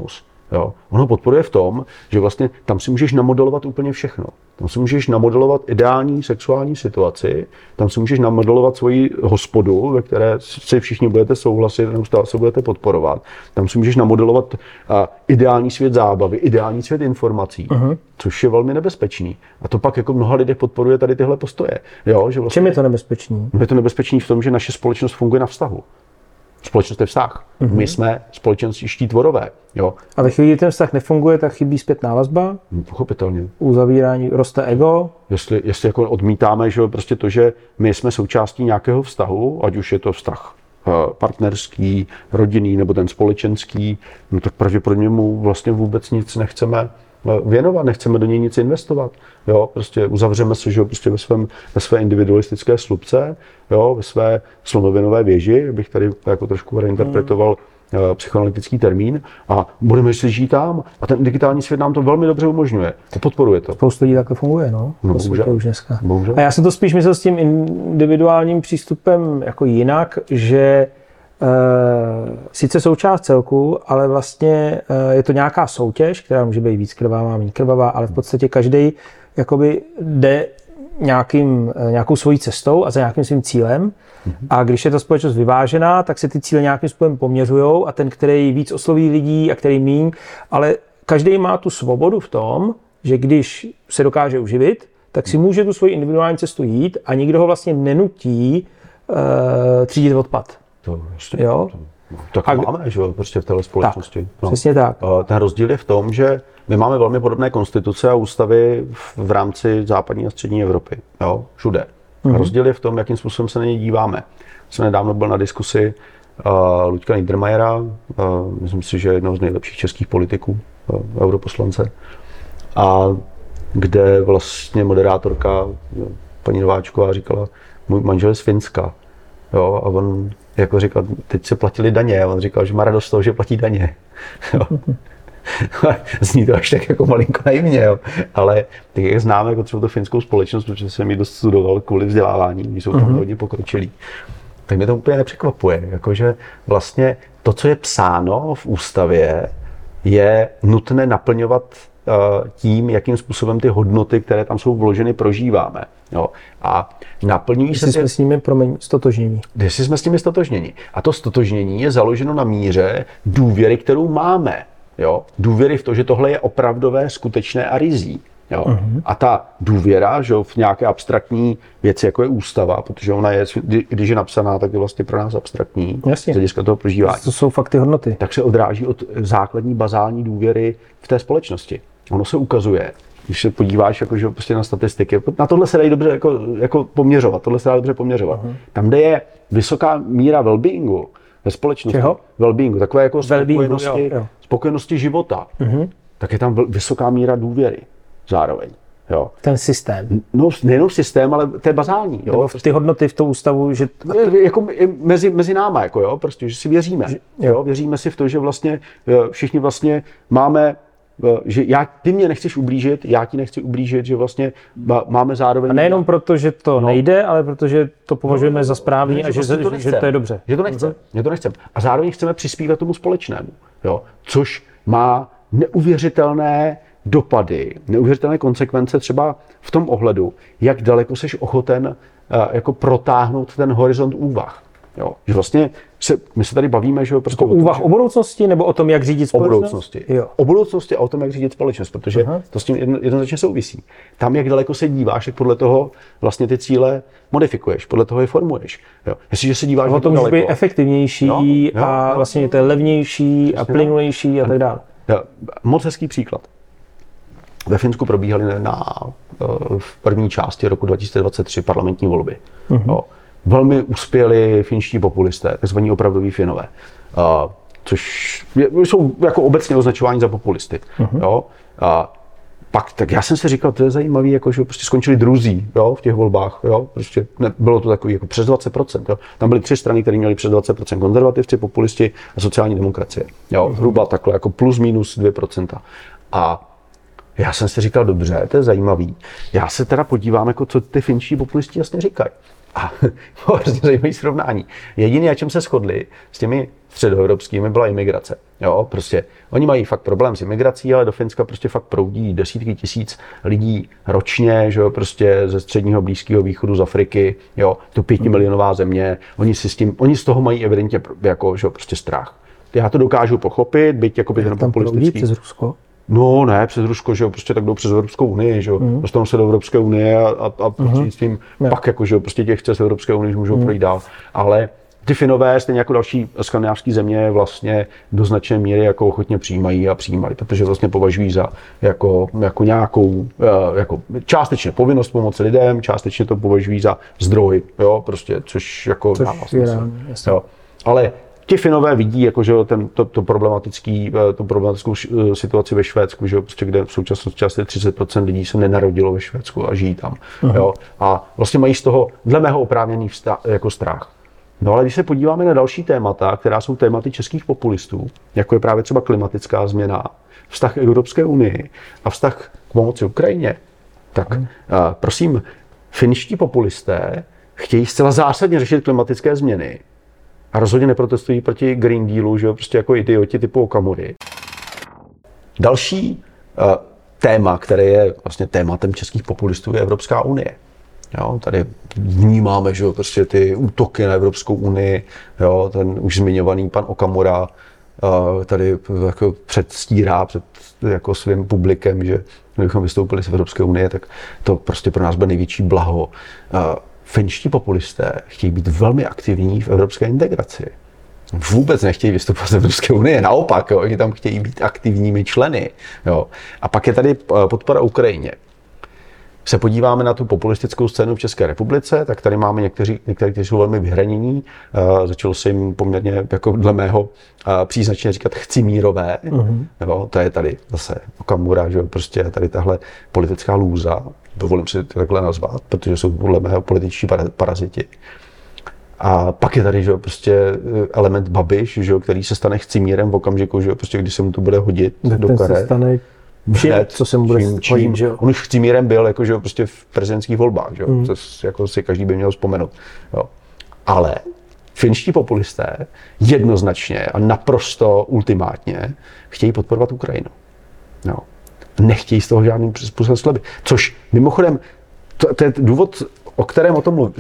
Jo? On ho podporuje v tom, že vlastně tam si můžeš namodelovat úplně všechno. Tam si můžeš namodelovat ideální sexuální situaci, tam si můžeš namodelovat svoji hospodu, ve které si všichni budete souhlasit, neustále se budete podporovat. Tam si můžeš namodelovat ideální svět zábavy, ideální svět informací, což je velmi nebezpečný. A to pak jako mnoha lidech podporuje tady tyhle postoje. Jo? Že vlastně, čím je to nebezpečný? Je to nebezpečný v tom, že naše společnost funguje na vztahu. Společnost je vztah. My jsme společenští tvorové. Jo. A ve chvíli, kdy ten vztah nefunguje, tak chybí zpětná vazba? Pochopitelně. Uzavírání, roste ego? Jestli jako odmítáme, že prostě to, že my jsme součástí nějakého vztahu, ať už je to vztah partnerský, rodinný nebo ten společenský, no tak pravděpodobně mu vlastně vůbec nic nechceme věnovat, nechceme do něj nic investovat. Jo, prostě uzavřeme se, že prostě ve své individualistické slupce, jo, ve své slonovinové věži, abych tady jako trošku reinterpretoval psychoanalytický termín, a budeme si žít tam. A ten digitální svět nám to velmi dobře umožňuje. Podporuje to. Spoustu lidí takhle funguje, no. Bohužel. Už dneska. Bohužel. A já jsem to spíš myslel s tím individuálním přístupem jako jinak, že sice součást celku, ale vlastně je to nějaká soutěž, která může být víc krvavá, méně krvavá, ale v podstatě každý jakoby jde nějakou svojí cestou a za nějakým svým cílem. A když je ta společnost vyvážená, tak se ty cíle nějakým způsobem poměřujou a ten, který víc osloví lidí a který míň, ale každý má tu svobodu v tom, že když se dokáže uživit, tak si může tu svoji individuální cestu jít a nikdo ho vlastně nenutí třídit odpad. To vlastně, jo? Tak máme, že jo, prostě v téhle společnosti. Tak, přesně tak. Ten rozdíl je v tom, že my máme velmi podobné konstituce a ústavy v rámci západní a střední Evropy. Jo, všude. A rozdíl je v tom, jakým způsobem se na ně díváme. Jsem nedávno byl na diskusi Luďka Niedermayera, myslím si, že jednoho z nejlepších českých politiků, europoslance, a kde vlastně moderátorka, paní Nováčková, říkala, můj manžel je z Finska. Jo, a on jako říkal, teď se platili daně, a on říkal, že má radost z toho, že platí daně. Zní to až tak jako malinko naivně, jo. Ale tak jak známe jako třeba tu finskou společnost, protože jsem ji dost studoval kvůli vzdělávání, když jsou tam hodně pokročilí, tak mě to úplně nepřekvapuje. Jakože vlastně to, co je psáno v ústavě, je nutné naplňovat tím, jakým způsobem ty hodnoty, které tam jsou vloženy, prožíváme. Jo. A naplňují se... Jestli jsme s nimi stotožnění. Jestli jsme s nimi stotožnění. A to stotožnění je založeno na míře důvěry, kterou máme. Jo? Důvěry v to, že tohle je opravdové, skutečné a rizí. Jo? A ta důvěra, že v nějaké abstraktní věci, jako je ústava, protože ona je, když je napsaná, tak je vlastně pro nás abstraktní, z hlediska toho prožívání. To jsou fakty, hodnoty. Tak se odráží od základní bazální důvěry v té společnosti. Ono se ukazuje, když se podíváš jako, že prostě na statistiky, na tohle se dají dobře jako poměřovat, tohle se dá dobře poměřovat. Tam, kde je vysoká míra well-beingu ve společnosti, well-beingu, takové jako spokojenosti života, tak je tam vysoká míra důvěry zároveň. Jo. Ten systém. No, nejenom systém, ale to je bazální. Jo. Ty hodnoty v tom ústavu, že... Jako mezi náma, jako jo, prostě, že si věříme. Jo. Věříme si v to, že vlastně všichni vlastně máme, že ty mě nechceš ublížit, já ti nechci ublížit, že vlastně máme zároveň... A nejenom proto, že to nejde, ale protože to považujeme za správný a že to je dobře. Že to nechceme. A zároveň chceme přispívat tomu společnému, jo, což má neuvěřitelné dopady, neuvěřitelné konsekvence třeba v tom ohledu, jak daleko seš ochoten jako protáhnout ten horizont úvah. Jo. Že vlastně my se tady bavíme, že prostě jako úvah o budoucnosti nebo o tom, jak řídit společnost? O budoucnosti a o tom, jak řídit společnost, protože to s tím jednoznačně souvisí. Tam, jak daleko se díváš, tak podle toho vlastně ty cíle modifikuješ, podle toho je formuješ. Jo. Jestliže se díváš o tom může být efektivnější a vlastně to je levnější a plynulejší a tak dále. Moc hezký příklad. Ve Finsku probíhaly v první části roku 2023 parlamentní volby. Jo. Velmi uspěli finští populisté, takzvaní opravdoví Finové, což jsou jako obecně označováni za populisty. Jo. Pak, tak já jsem si říkal, to je zajímavý, jako, že prostě skončili druzí, jo, v těch volbách. Jo. Prostě bylo to takový jako přes 20%. Jo. Tam byly 3 strany, které měly přes 20%. Konzervativci, populisti a sociální demokracie. Jo. Hruba takhle, jako plus minus 2%. A Já jsem si říkal, dobře, to je zajímavý. Já se teda podívám, jako co ty finští populisti jasně říkají. A hrozně zajímavý srovnání. Jediné, na čem se shodli s těmi středoevropskými, byla imigrace. Jo, prostě oni mají fakt problém s imigrací, ale do Finska prostě fakt proudí desítky tisíc lidí ročně, že jo, prostě ze středního Blízkého východu, z Afriky, jo, to 5milionová země. Oni z toho mají evidentně jako, že jo, prostě strach. Já to dokážu pochopit, byť jako by ten populistický. Přes Rusko? No ne, přes Rusko, že jo, prostě tak jdou přes Evropskou unii, že jo, dostanou se do Evropské unie a prostřednictvím pak jako, že jo, prostě těch chce z Evropské unie můžou projít dál, ale ty Finové, stejně jako další skandinávské země, vlastně do značné míry jako ochotně přijímají a přijímali, protože vlastně považují za jako nějakou jako částečně povinnost pomoci lidem, částečně to považují za zdroj, jo, prostě, což jako dává smysl. Jo. Ale ti Finové vidí, jako, že tu problematickou situaci ve Švédsku, že, prostě, kde v současnosti asi 30% lidí se nenarodilo ve Švédsku a žijí tam. Jo? A vlastně mají z toho, dle mého, oprávněný jako strach. No ale když se podíváme na další témata, která jsou tématy českých populistů, jako je právě třeba klimatická změna, vztah k Evropské unii a vztah k pomoci Ukrajině, tak prosím, finští populisté chtějí zcela zásadně řešit klimatické změny. A rozhodně neprotestují proti Green Dealu, že jo, prostě jako idioti typu Okamury. Další téma, které je vlastně tématem českých populistů, je Evropská unie. Jo, tady vnímáme, že jo, prostě ty útoky na Evropskou unii, jo, ten už zmiňovaný pan Okamura tady jako předstírá před jako svým publikem, že kdybychom vystoupili z Evropské unie, tak to prostě pro nás bude největší blaho. Finští populisté chtějí být velmi aktivní v evropské integraci. Vůbec nechtějí vystupovat z Evropské unie, naopak, jo, oni tam chtějí být aktivními členy. Jo. A pak je tady podpora Ukrajině. Se podíváme na tu populistickou scénu v České republice, tak tady máme někteří, kteří jsou velmi vyhranění. Začalo se jim poměrně, jako dle mého, příznačně říkat chcimírové. Jo, to je tady zase Okamura, že prostě tady tahle politická lůza. Dovolím si to takhle nazvat, protože jsou podle mého političtí paraziti. A pak je tady, že prostě element Babiš, že, který se stane chcimírem v okamžiku, že prostě když se mu to bude hodit do karet. Co se mu bude hodit, že jo? On už chcimírem byl, jako, že prostě v prezidentských volbách, že jo? To jako si každý by měl vzpomenout. Jo. Ale finští populisté jednoznačně a naprosto ultimátně chtějí podporovat Ukrajinu. Jo. Nechtějí z toho žádným způsobem slevy. Což mimochodem, to je důvod, o kterém o tom mluvím,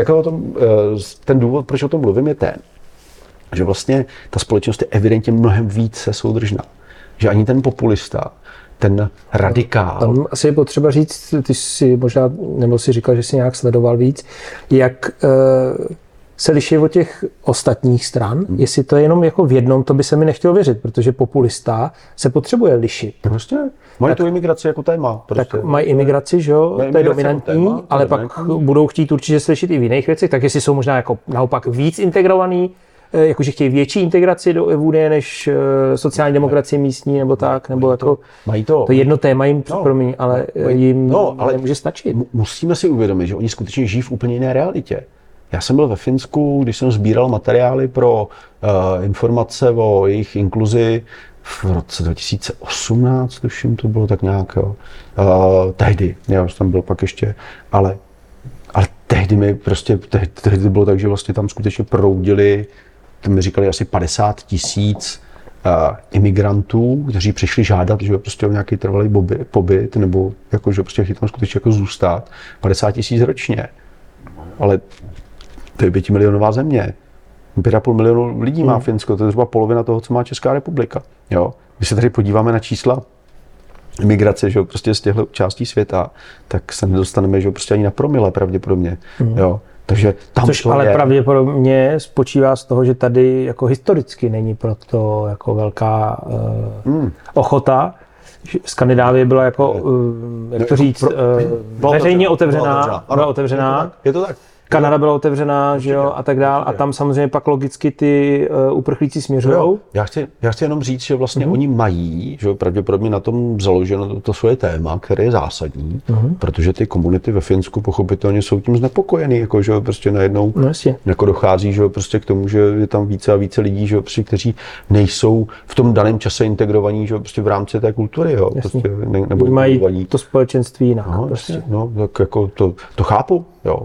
ten důvod, proč o tom mluvím, je ten, že vlastně ta společnost je evidentně mnohem více soudržná. Že ani ten populista, ten radikál. Tam asi je potřeba říct, ty si možná, nebo si říkal, že jsi nějak sledoval víc, jak se liší od těch ostatních stran. Jestli to je jenom jako v jednom, to by se mi nechtělo věřit, protože populista se potřebuje lišit. Prostě mají tu imigraci jako téma. Prostě. Tak mají imigraci, že jo, to je dominantní, téma, ale pak budou chtít určitě slyšet i v jiných věcech, tak jestli jsou možná jako naopak víc integrovaný, jakože chtějí větší integraci do Unie než sociální demokracie místní nebo tak, nebo jako to jedno téma jim promiň, ale jim nemůže stačit. Musíme si uvědomit, že oni skutečně žijí v úplně jiné realitě. Já jsem byl ve Finsku, když jsem sbíral materiály pro informace o jejich inkluzi v roce 2018, tuším, to bylo tak nějak, jo. Tehdy, já už tam byl pak ještě, ale tehdy mi prostě, tehdy bylo tak, že vlastně tam skutečně proudili, tam mi říkali asi 50 000 imigrantů, kteří přišli žádat, že prostě o nějaký trvalý pobyt, nebo jako, že prostě chtěli tam skutečně jako zůstat, 50 000 ročně. Ale to je 5milionová země. 5,5 milionu lidí má Finsko, to je zhruba polovina toho, co má Česká republika. Jo? Když se tady podíváme na čísla imigrace, že prostě z těchto částí světa, tak se nedostaneme, že prostě ani na promile pravděpodobně. Jo? Takže tam což ale pravděpodobně spočívá z toho, že tady jako historicky není proto jako velká ochota. Skandinávie byla jako, jak to říct, veřejně otevřená. Je to tak. Kanada byla otevřená, že jo, a tak dál. A tam samozřejmě pak logicky ty uprchlíci směřují. Já chci jenom říct, že vlastně oni mají, že pravděpodobně na tom založeno to svoje téma, které je zásadní, protože ty komunity ve Finsku pochopitelně jsou tím znepokojený, jako že prostě najednou jako dochází, že prostě k tomu, že je tam více a více lidí, že prostě, kteří nejsou v tom daném čase integrovaní, že prostě v rámci té kultury, jo, prostě nebo mají to společenství jinak. No, prostě. No, tak jako to chápu, jo.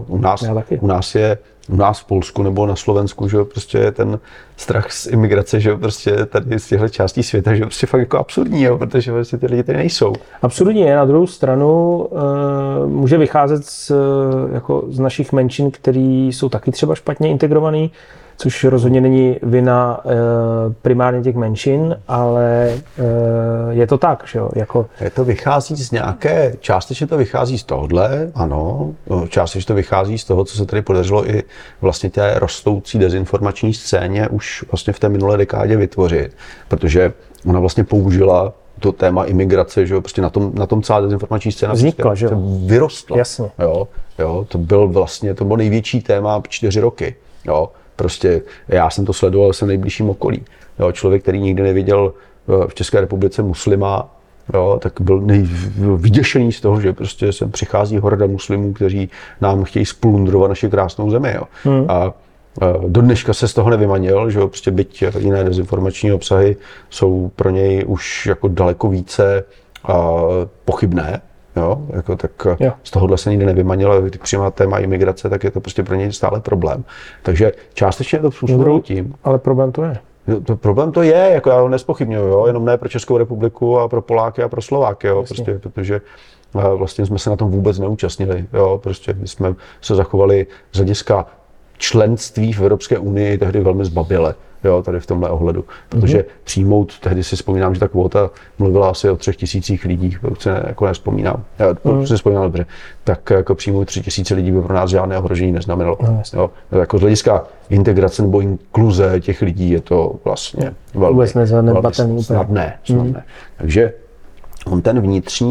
U nás v Polsku nebo na Slovensku, že prostě ten strach z imigrace, že prostě tady z těchto částí světa, že prostě fakt jako absurdní, jo, protože prostě ty lidi tady nejsou. Absurdní je, na druhou stranu může vycházet z našich menšin, který jsou taky třeba špatně integrovaný, což rozhodně není vina primárně těch menšin, ale je to tak, že jo? To vychází z nějaké, částečně to vychází z tohohle, ano, částečně to vychází z toho, co se tady podařilo i vlastně té rostoucí dezinformační scéně už vlastně v té minulé dekádě vytvořit, protože ona vlastně použila to téma imigrace, že jo, prostě na tom celá dezinformační scéna vznikla, že jo? Vyrostla. Jasně. Jo, to bylo největší téma 4 roky, jo. Prostě já jsem to sledoval se nejbližším okolí. Jo, člověk, který nikdy neviděl v České republice muslima, jo, tak byl vyděšený z toho, že prostě sem přichází horda muslimů, kteří nám chtějí splundrovat naši krásnou zemi. Jo. A do dneška se z toho nevymanil, že jo, prostě byť jiné dezinformační obsahy jsou pro něj už jako daleko více pochybné. Jo, jako tak z tohohle se nikdy nevymanil, ale když přijmá téma imigrace, tak je to prostě pro něj stále problém. Takže částečně je to způsobeno tím. Ale problém to je. Problém to je, jako já ho nezpochybňuju, jo, jenom ne pro Českou republiku a pro Poláky a pro Slováky, jo, prostě, protože vlastně jsme se na tom vůbec neúčastnili, jo, prostě my jsme se zachovali z hlediska členství v Evropské unii tehdy velmi zbaběle. Jo, tady v tomhle ohledu, protože přijmout, tehdy si vzpomínám, že ta kvóta mluvila asi o 3000 lidí, pokud se jako nevzpomínám, si vzpomínám dobře, tak jako přijmout 3000 lidí by pro nás žádné ohrožení neznamenalo. Jo, jako z hlediska integrace nebo inkluze těch lidí je to vlastně velmi snadné. Takže on ten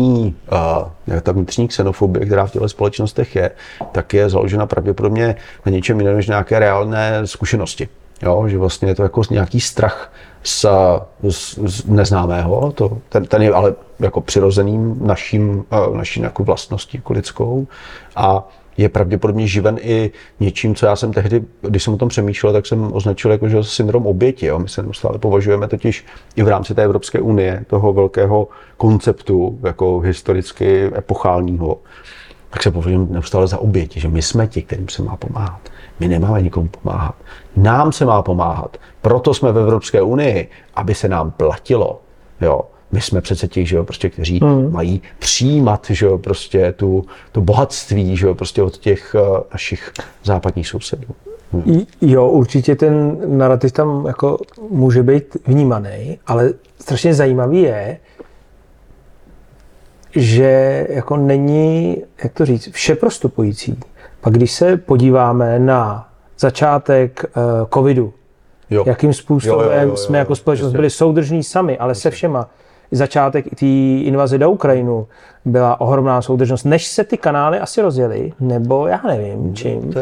ta vnitřní xenofobie, která v těchto společnostech je, tak je založena pravděpodobně na něčem jiném než nějaké reálné zkušenosti. Jo, že vlastně je to jako nějaký strach z neznámého, ten je ale jako přirozeným naší jako vlastností jako lidskou a je pravděpodobně živen i něčím, co já jsem tehdy, když jsem o tom přemýšlel, tak jsem označil jako že syndrom oběti. Jo. My se neustále považujeme totiž i v rámci té Evropské unie, toho velkého konceptu jako historicky epochálního, tak se považujeme neustále za oběti, že my jsme ti, kterým se má pomáhat. My nemáme nikomu pomáhat. Nám se má pomáhat. Proto jsme v Evropské unii, aby se nám platilo. Jo. My jsme přece těch, že jo, prostě, kteří mají přijímat, že jo, prostě to bohatství, že jo, prostě od těch našich západních sousedů. Jo, určitě ten narrativ tam jako může být vnímaný, ale strašně zajímavý je, že jako není, jak to říct, všeprostupující. Pak když se podíváme na začátek covidu, jakým způsobem jsme jako společnost byli soudržní sami, ale se všema. Začátek té invaze do Ukrajinu byla ohromná soudržnost, než se ty kanály asi rozjeli, nebo já nevím čím.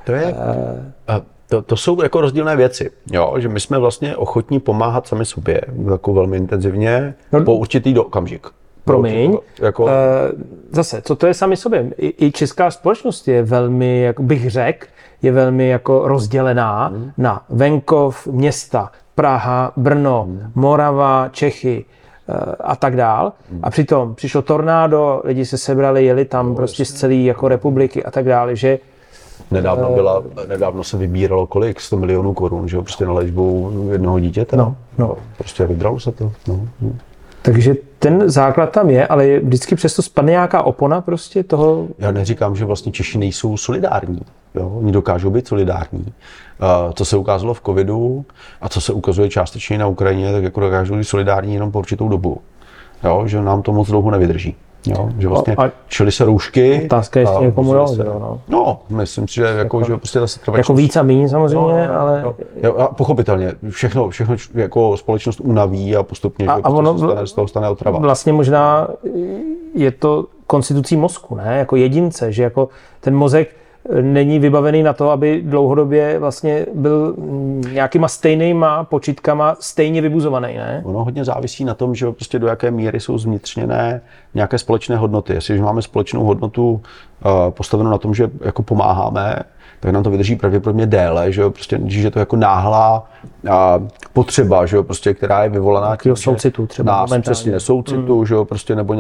To jsou jako rozdílné věci, jo? Že my jsme vlastně ochotní pomáhat sami sobě jako velmi intenzivně po určitý okamžik. Promiň, zase, co to je sami sobě? I česká společnost je velmi, jak bych řekl, je velmi jako rozdělená na venkov, města, Praha, Brno, Morava, Čechy a tak dál. A přitom přišlo tornádo, lidi se sebrali, jeli tam prostě z celé jako republiky a tak dále, že Nedávno se vybíralo kolik? 100 milionů korun, že jo, prostě na léčbu jednoho dítěte. No. Prostě vybralo se to. No. Takže ten základ tam je, ale vždycky přesto spadne nějaká opona prostě toho... Já neříkám, že vlastně Češi nejsou solidární. Jo? Oni dokážou být solidární. Co se ukázalo v covidu a co se ukazuje částečně na Ukrajině, tak jako dokážou být solidární jenom po určitou dobu. Jo? Že nám to moc dlouho nevydrží. Jo? Že vlastně šily se roušky. Otázka ještě někomu No, myslím si, že jako že prostě zase trvá. Jako víc a míň samozřejmě, ale... Jo, a pochopitelně, všechno jako společnost unaví a postupně z toho stane otrava. Vlastně možná je to konstitucí mozku, ne? Jako jedince, že jako ten mozek není vybavený na to, aby dlouhodobě vlastně byl nějakýma stejnýma počítkama stejně vybuzovaný, ne? Ono hodně závisí na tom, že prostě do jaké míry jsou zvnitřněné nějaké společné hodnoty. Jestliže máme společnou hodnotu postavenou na tom, že jako pomáháme, tak nám to vydrží pravděpodobně déle, že jo, prostě, když je to jako náhlá potřeba, že jo, prostě, která je vyvolaná tím, soucitu třeba přesně soucitu, že jo, prostě, nebo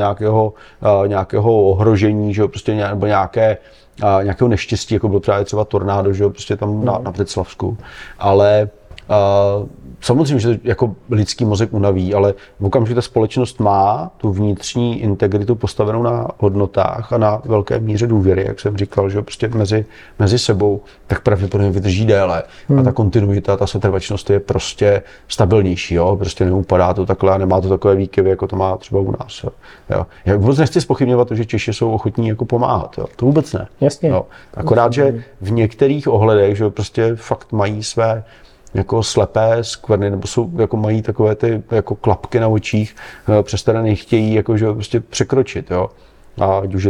nějakého ohrožení, že jo, prostě, nebo nějakého neštěstí, jako bylo třeba tornádo, že jo, prostě tam na Břeclavsku, ale samozřejmě, že jako lidský mozek unaví, ale v okamžiku ta společnost má tu vnitřní integritu postavenou na hodnotách a na velké míře důvěry, jak jsem říkal, že prostě mezi sebou, tak pravděpodobně vydrží déle. A ta kontinuita, ta setrvačnost je prostě stabilnější, jo? Prostě neupadá to takhle a nemá to takové výkyvy, jako to má třeba u nás. Jo? Já vůbec nechci zpochybňovat to, že Češi jsou ochotní jako pomáhat, jo? To vůbec ne. Jasně. Jo? Akorát, že v některých ohledech, že prostě fakt mají své jako slepé skvrny, nebo jako mají takové ty jako klapky na očích, přes které nechtějí jakože prostě překročit, jo. A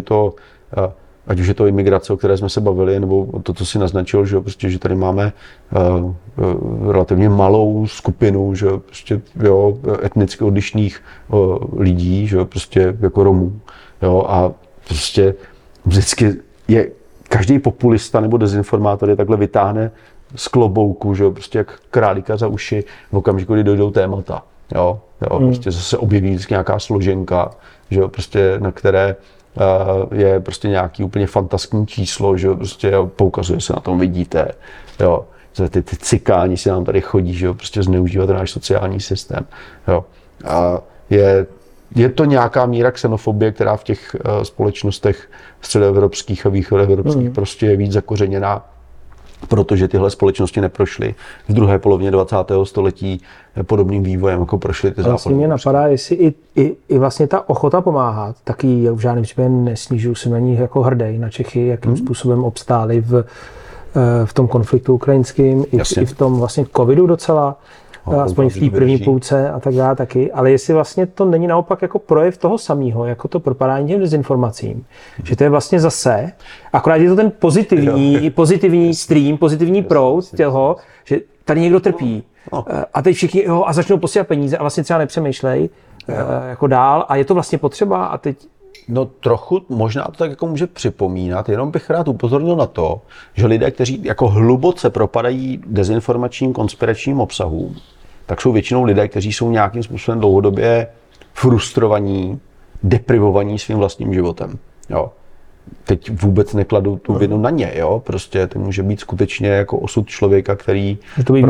ať už je to imigrace, o které jsme se bavili, nebo to, co si naznačil, že prostě, že tady máme relativně malou skupinu, že prostě, jo, etnicky odlišných lidí, že prostě jako Romů, jo, a prostě vždycky je každý populista nebo dezinformátor je takhle vytáhne z klobouku, že jo, prostě jak králíka za uši v okamžiku, kdy dojdou témata, jo, prostě zase objeví vždycky nějaká složenka, že jo, prostě na které je prostě nějaký úplně fantastický číslo, že jo, prostě jo, poukazuje se na tom, vidíte, jo, že ty cikáni si nám tady chodí, že jo, prostě zneužívat náš sociální systém, jo, a je to nějaká míra xenofobie, která v těch společnostech středoevropských a východoevropských prostě je víc zakořeněná, protože tyhle společnosti neprošly v druhé polovině 20. století podobným vývojem, jako prošly ty západní. Vlastně mě napadá, jestli i vlastně ta ochota pomáhat, taky v žádném případě nesnižuju se na ní jako hrdej na Čechy, jakým způsobem obstáli v tom konfliktu ukrajinským, i v tom vlastně covidu docela, aspoň v té první půlce a tak dále taky, ale jestli vlastně to není naopak jako projev toho samého, jako to propadání těm dezinformacím, že to je vlastně zase, akorát je to ten pozitivní stream, pozitivní proud toho, že tady někdo trpí a teď všichni a začnou posílat peníze a vlastně třeba nepřemýšlej jako dál a je to vlastně potřeba a teď. No trochu možná to tak jako může připomínat, jenom bych rád upozornil na to, že lidé, kteří jako hluboce propadají dezinformačním konspiračním obsahům, tak jsou většinou lidé, kteří jsou nějakým způsobem dlouhodobě frustrovaní, deprivovaní svým vlastním životem. Jo. Teď vůbec nekladu tu vinu na ně, jo. Prostě to může být skutečně jako osud člověka, který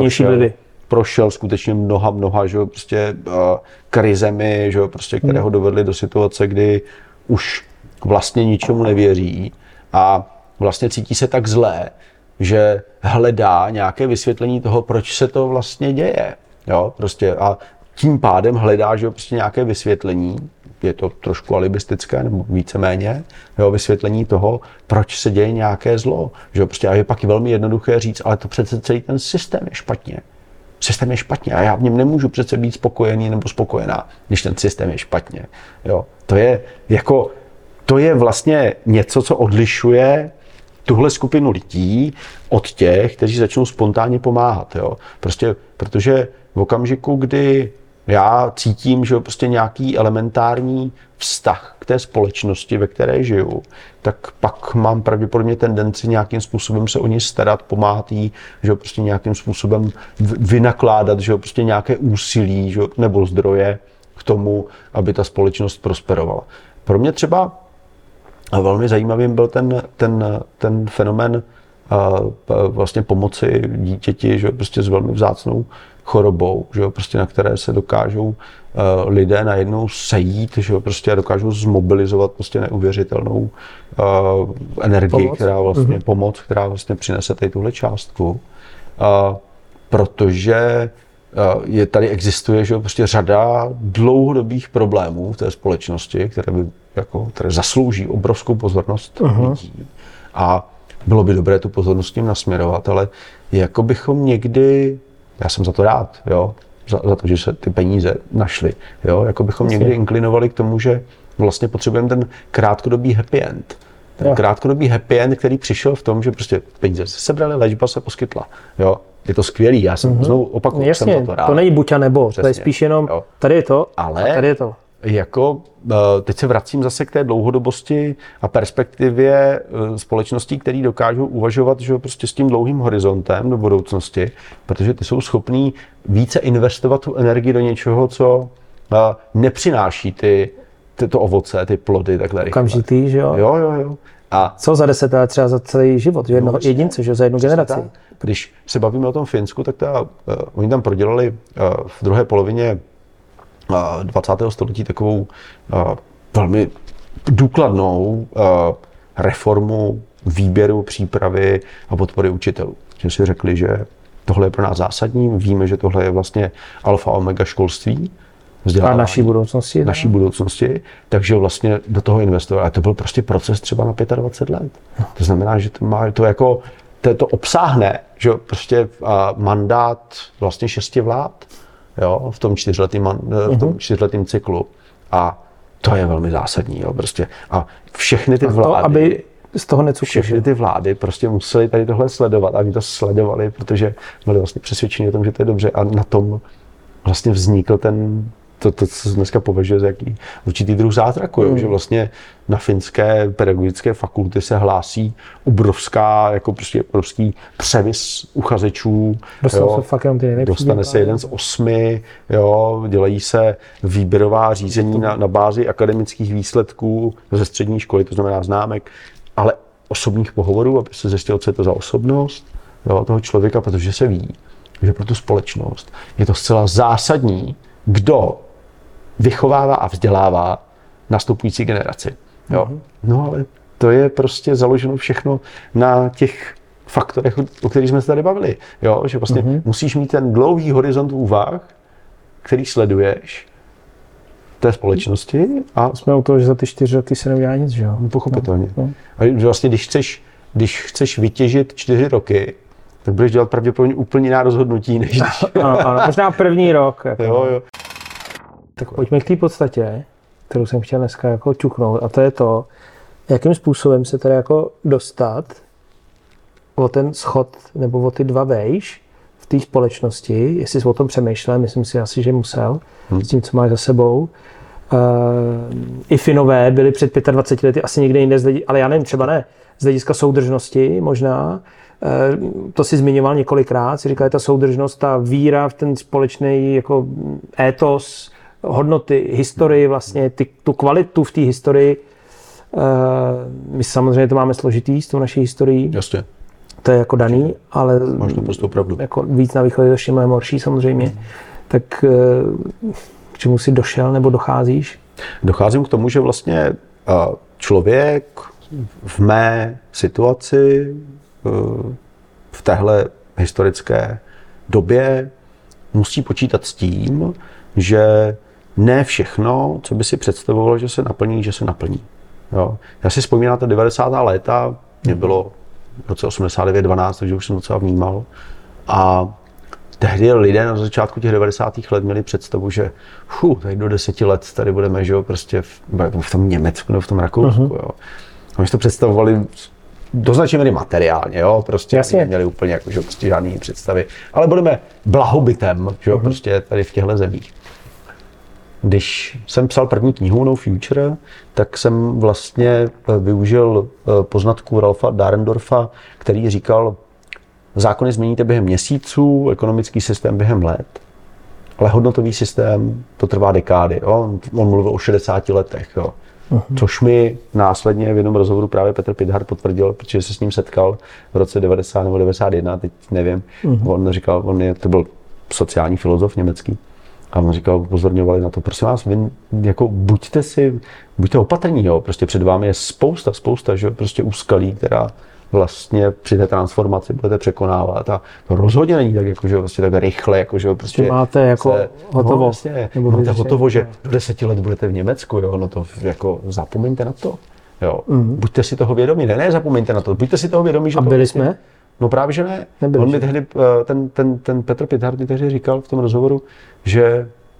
prošel skutečně mnoha, že jo, prostě krizemi, že jo, prostě, které ho dovedly do situace, kdy už vlastně ničemu nevěří a vlastně cítí se tak zlé, že hledá nějaké vysvětlení toho, proč se to vlastně děje. Jo, prostě a tím pádem hledá, že prostě nějaké vysvětlení, je to trošku alibistické nebo víceméně, jo, vysvětlení toho, proč se děje nějaké zlo. Že prostě a je pak velmi jednoduché říct, ale to přece celý ten systém je špatně. Systém je špatně a já v něm nemůžu přece být spokojený nebo spokojená, když ten systém je špatně. Jo, to je vlastně něco, co odlišuje tuhle skupinu lidí od těch, kteří začnou spontánně pomáhat. Jo. Prostě, protože v okamžiku, kdy já cítím, že prostě nějaký elementární vztah k té společnosti, ve které žiju, tak pak mám pravděpodobně tendenci nějakým způsobem se o ní starat, pomáhat jí, že prostě nějakým způsobem vynakládat, že prostě nějaké úsilí, že nebo zdroje k tomu, aby ta společnost prosperovala. Pro mě třeba velmi zajímavým byl ten fenomén vlastně pomoci dítěti, že prostě s velmi vzácnou chorobou, že prostě na které se dokážou lidé najednou sejít, že prostě dokážou zmobilizovat prostě neuvěřitelnou energii, pomoc, která vlastně přinese tady tuhle částku. Protože tady existuje, že prostě řada dlouhodobých problémů v té společnosti, které zaslouží obrovskou pozornost lidí. A bylo by dobré tu pozornost tím nasměrovat, ale jako bychom někdy, já jsem za to rád, jo, za to, že se ty peníze našly, jo, jako bychom někdy inklinovali k tomu, že vlastně potřebujeme ten krátkodobý happy end, Ten krátkodobý happy end, který přišel v tom, že prostě peníze se sebrali, léčba se poskytla. Jo? Je to skvělý, já jsem znovu opakuju, jsem za to rád. To není buď a nebo, přesně. To je spíš jenom, tady je to, ale a tady je to. Jako, teď se vracím zase k té dlouhodobosti a perspektivě společností, které dokážou uvažovat, že prostě s tím dlouhým horizontem do budoucnosti, protože ty jsou schopní více investovat tu energii do něčeho, co nepřináší to ovoce, ty plody takhle rychle. Okamžitý, že jo? Jo. A co za 10 let, třeba za celý život, že jednoho jedince, že za jednu generaci. Tak. Když se bavíme o tom Finsku, tak oni tam prodělali v druhé polovině 20. století takovou velmi důkladnou reformu výběru, přípravy a podpory učitelů. Že si řekli, že tohle je pro nás zásadní, víme, že tohle je vlastně alfa omega školství, a naší budoucnosti. Naší budoucnosti, takže vlastně do toho investovali. A to byl prostě proces třeba na 25 let. To znamená, že to obsáhne, že prostě mandát vlastně 6 vlád, jo, v tom 4letém cyklu. A to je velmi zásadní, jo, prostě. A všechny ty vlády, aby z toho necukli. Všechny ty vlády prostě museli tady tohle sledovat a oni to sledovali, protože byli vlastně přesvědčeni o tom, že to je dobře a na tom vlastně vznikl to, co se dneska považuje za jaký určitý druh zázraku, že vlastně na finské pedagogické fakulty se hlásí obrovský převis uchazečů. Dostane se 1 z 8, jo, dělají se výběrová řízení na bázi akademických výsledků ze střední školy, to znamená známek, ale osobních pohovorů, aby se zjistilo, co je to za osobnost, jo, toho člověka, protože se ví, že pro tu společnost je to zcela zásadní, kdo vychovává a vzdělává nastupující generaci. Jo. No ale to je prostě založeno všechno na těch faktorech, o kterých jsme se tady bavili. Jo, že vlastně musíš mít ten dlouhý horizont úvah, který sleduješ v té společnosti. A jsme u toho, že za ty 4 roky se neudělá nic, že jo? Pochopitelně. A vlastně, když chceš vytěžit 4 roky, tak budeš dělat pravděpodobně úplně jiná rozhodnutí, než když... Ano, možná první rok. Jako. Jo. Tak pojďme k té podstatě, kterou jsem chtěl dneska jako ťuknout, a to je to, jakým způsobem se teda jako dostat o ten schod nebo o ty 2 vejš v té společnosti, jestli jsi o tom přemýšlel, myslím si asi, že musel, s tím, co máš za sebou. I Finové byli před 25 lety asi někde jinde, ale já nevím, třeba ne, z hlediska soudržnosti možná. To si zmiňoval několikrát, si říkal, ta soudržnost, ta víra v ten společný jako étos, hodnoty, historii vlastně, tu kvalitu v té historii. My samozřejmě to máme složitý s tou naší historií. Jasně. To je jako daný, ale máš to prostě opravdu. Jako víc na východě ještě mnohem horší samozřejmě. Tak k čemu jsi došel nebo docházíš? Docházím k tomu, že vlastně člověk v mé situaci v téhle historické době musí počítat s tím, že ne všechno, co by si představoval, že se naplní, že se naplní. Jo. Já si vzpomínám na ta 90. léta, mě bylo v roce 89-12, takže už jsem docela vnímal. A tehdy lidé na začátku těch 90. let měli představu, že tady do 10 let tady budeme, že jo, prostě v tom Německu nebo v tom Rakousku. Jo. A my si to představovali do značné míry materiálně, jo, prostě neměli úplně jako, že prostě žádný představy, ale budeme blahobytem, že jo, prostě tady v těchto zemích. Když jsem psal první knihu No Future, tak jsem vlastně využil poznatků Ralfa Dahrendorfa, který říkal, zákony změníte během měsíců, ekonomický systém během let, ale hodnotový systém to trvá dekády. Jo? On mluvil o 60 letech. Jo? Což mi následně v jednom rozhovoru právě Petr Pithart potvrdil, protože se s ním setkal v roce 90 nebo 91, teď nevím. On říkal, to byl sociální filozof německý. A on říkal, upozorňovali na to, prosím vás, vy jako buďte opatrní, jo, prostě před vámi je spousta, že prostě úskalí, která vlastně při té transformaci budete překonávat a to rozhodně není tak, jako, že vlastně tak rychle, jako, že prostě máte jako hotovo. Vlastně, máte hotovo, že do 10 let budete v Německu, jo, no to jako zapomeňte na to, jo, buďte si toho vědomí, ne, zapomeňte na to, buďte si toho vědomí, že a byli jsme? No právě, že ne. Nebyli, on mi tehdy, ten Petr Pithart mi tehdy říkal v tom rozhovoru, že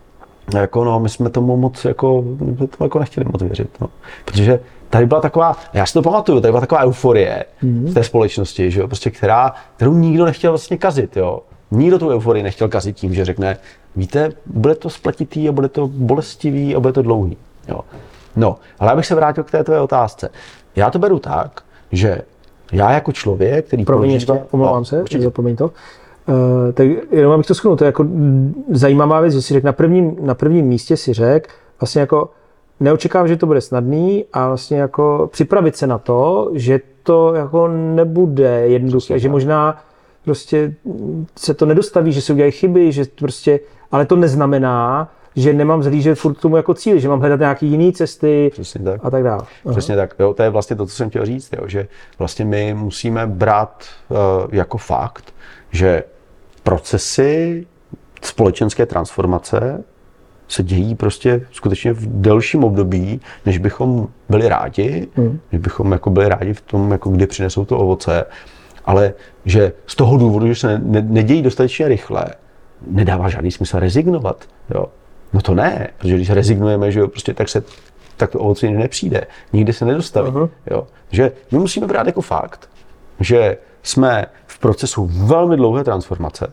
jako no, my jsme tomu moc jako nechtěli moc věřit, no. Protože tady byla taková, já si to pamatuju, tady byla taková euforie v té společnosti, že jo, prostě kterou nikdo nechtěl vlastně kazit, jo. Nikdo tu euforii nechtěl kazit tím, že řekne, víte, bude to spletitý a bude to bolestivý a bude to dlouhý, jo. No, ale abych se vrátil k té tvé otázce. Já to beru tak, že já jako člověk, který omlouvám se, zapomeň to. Tak jenom abych to shrnul, to je jako zajímavá věc, že si řekl, na prvním místě si řekl, vlastně jako neočekávám, že to bude snadný a vlastně jako připravit se na to, že to jako nebude jednoduché, že možná prostě se to nedostaví, že se udělají chyby, že prostě, ale to neznamená, že nemám zhlížet furt tomu jako cíl, že mám hledat nějaké jiné cesty a tak dále. Přesně tak. Jo, to je vlastně to, co jsem chtěl říct, jo, že vlastně my musíme brát jako fakt, že procesy společenské transformace se dějí prostě skutečně v delším období, než bychom byli rádi, než bychom jako byli rádi v tom, jako kdy přinesou to ovoce, ale že z toho důvodu, že se nedějí dostatečně rychle, nedává žádný smysl rezignovat. Jo. No to ne, protože když rezignujeme, že jo, prostě tak to ovoce nepřijde, nikdy se nedostaví. Jo. Že my musíme brát jako fakt, že jsme v procesu velmi dlouhé transformace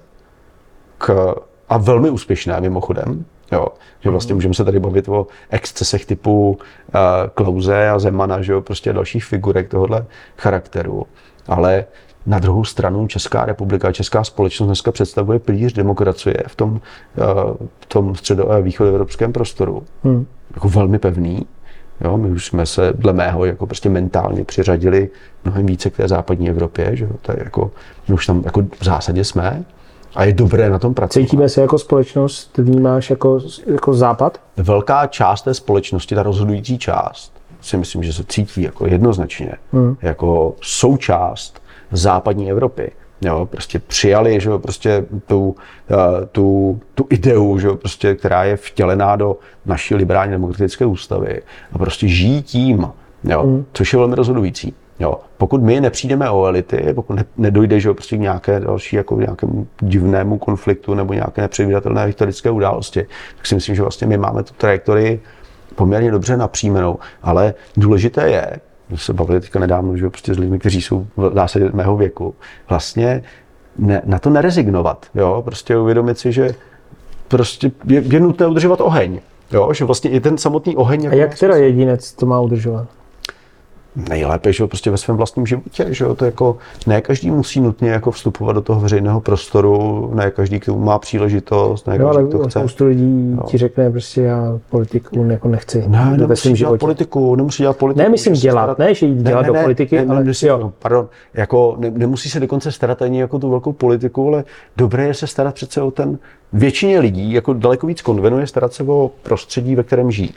a velmi úspěšné mimochodem, jo. Že vlastně můžeme se tady bavit o excesech typu Klause a Zemana, že jo, prostě dalších figurek tohohle charakteru, ale na druhou stranu Česká republika, česká společnost dneska představuje pilíř demokracie v tom východoevropském prostoru. Jako velmi pevný. Jo, my už jsme se dle mého jako prostě mentálně přiřadili mnohem více k té západní Evropě, že jo, to je jako, my už tam jako v zásadě jsme a je dobré na tom pracovat. Cítíme se jako společnost, vnímáš jako západ? Velká část té společnosti, ta rozhodující část, si myslím, že se cítí jako jednoznačně, jako součást západní Evropy. Jo, prostě přijali, že jo, prostě tu ideu, že jo, prostě, která je vtělená do naší liberální demokratické ústavy a prostě žijí tím, jo, což je velmi rozhodující. Jo. Pokud my nepřijdeme o elity, pokud nedojde, že jo, prostě k nějaké další, jako nějakému divnému konfliktu nebo nějaké nepředvídatelné historické události, tak si myslím, že vlastně my máme tu trajektorii poměrně dobře napříjmenou, ale důležité je, že se bavili teďka nedávno, že prostě s lidmi, kteří jsou v zásadě mého věku, vlastně na to nerezignovat, jo, prostě uvědomit si, že prostě je nutné udržovat oheň, jo, že vlastně i ten samotný oheň. Jako a jak teda jedinec to má udržovat? Nejlépe, že jo, prostě ve svém vlastním životě, že jo, to jako ne každý musí nutně jako vstupovat do toho veřejného prostoru, ne každý k tomu má příležitost, ne každý to chce. Spoustu lidí ti řekne prostě já politiku jako nechci. Ne, nemusí dělat politiku. Ne, myslím dělat, ne, že jít dělat do politiky, ale pardon, jako nemusí se dokonce starat ani jako tu velkou politiku, ale dobré je se starat přece o ten, většině lidí, jako daleko víc konvenuje starat se o prostředí, ve kterém žijí.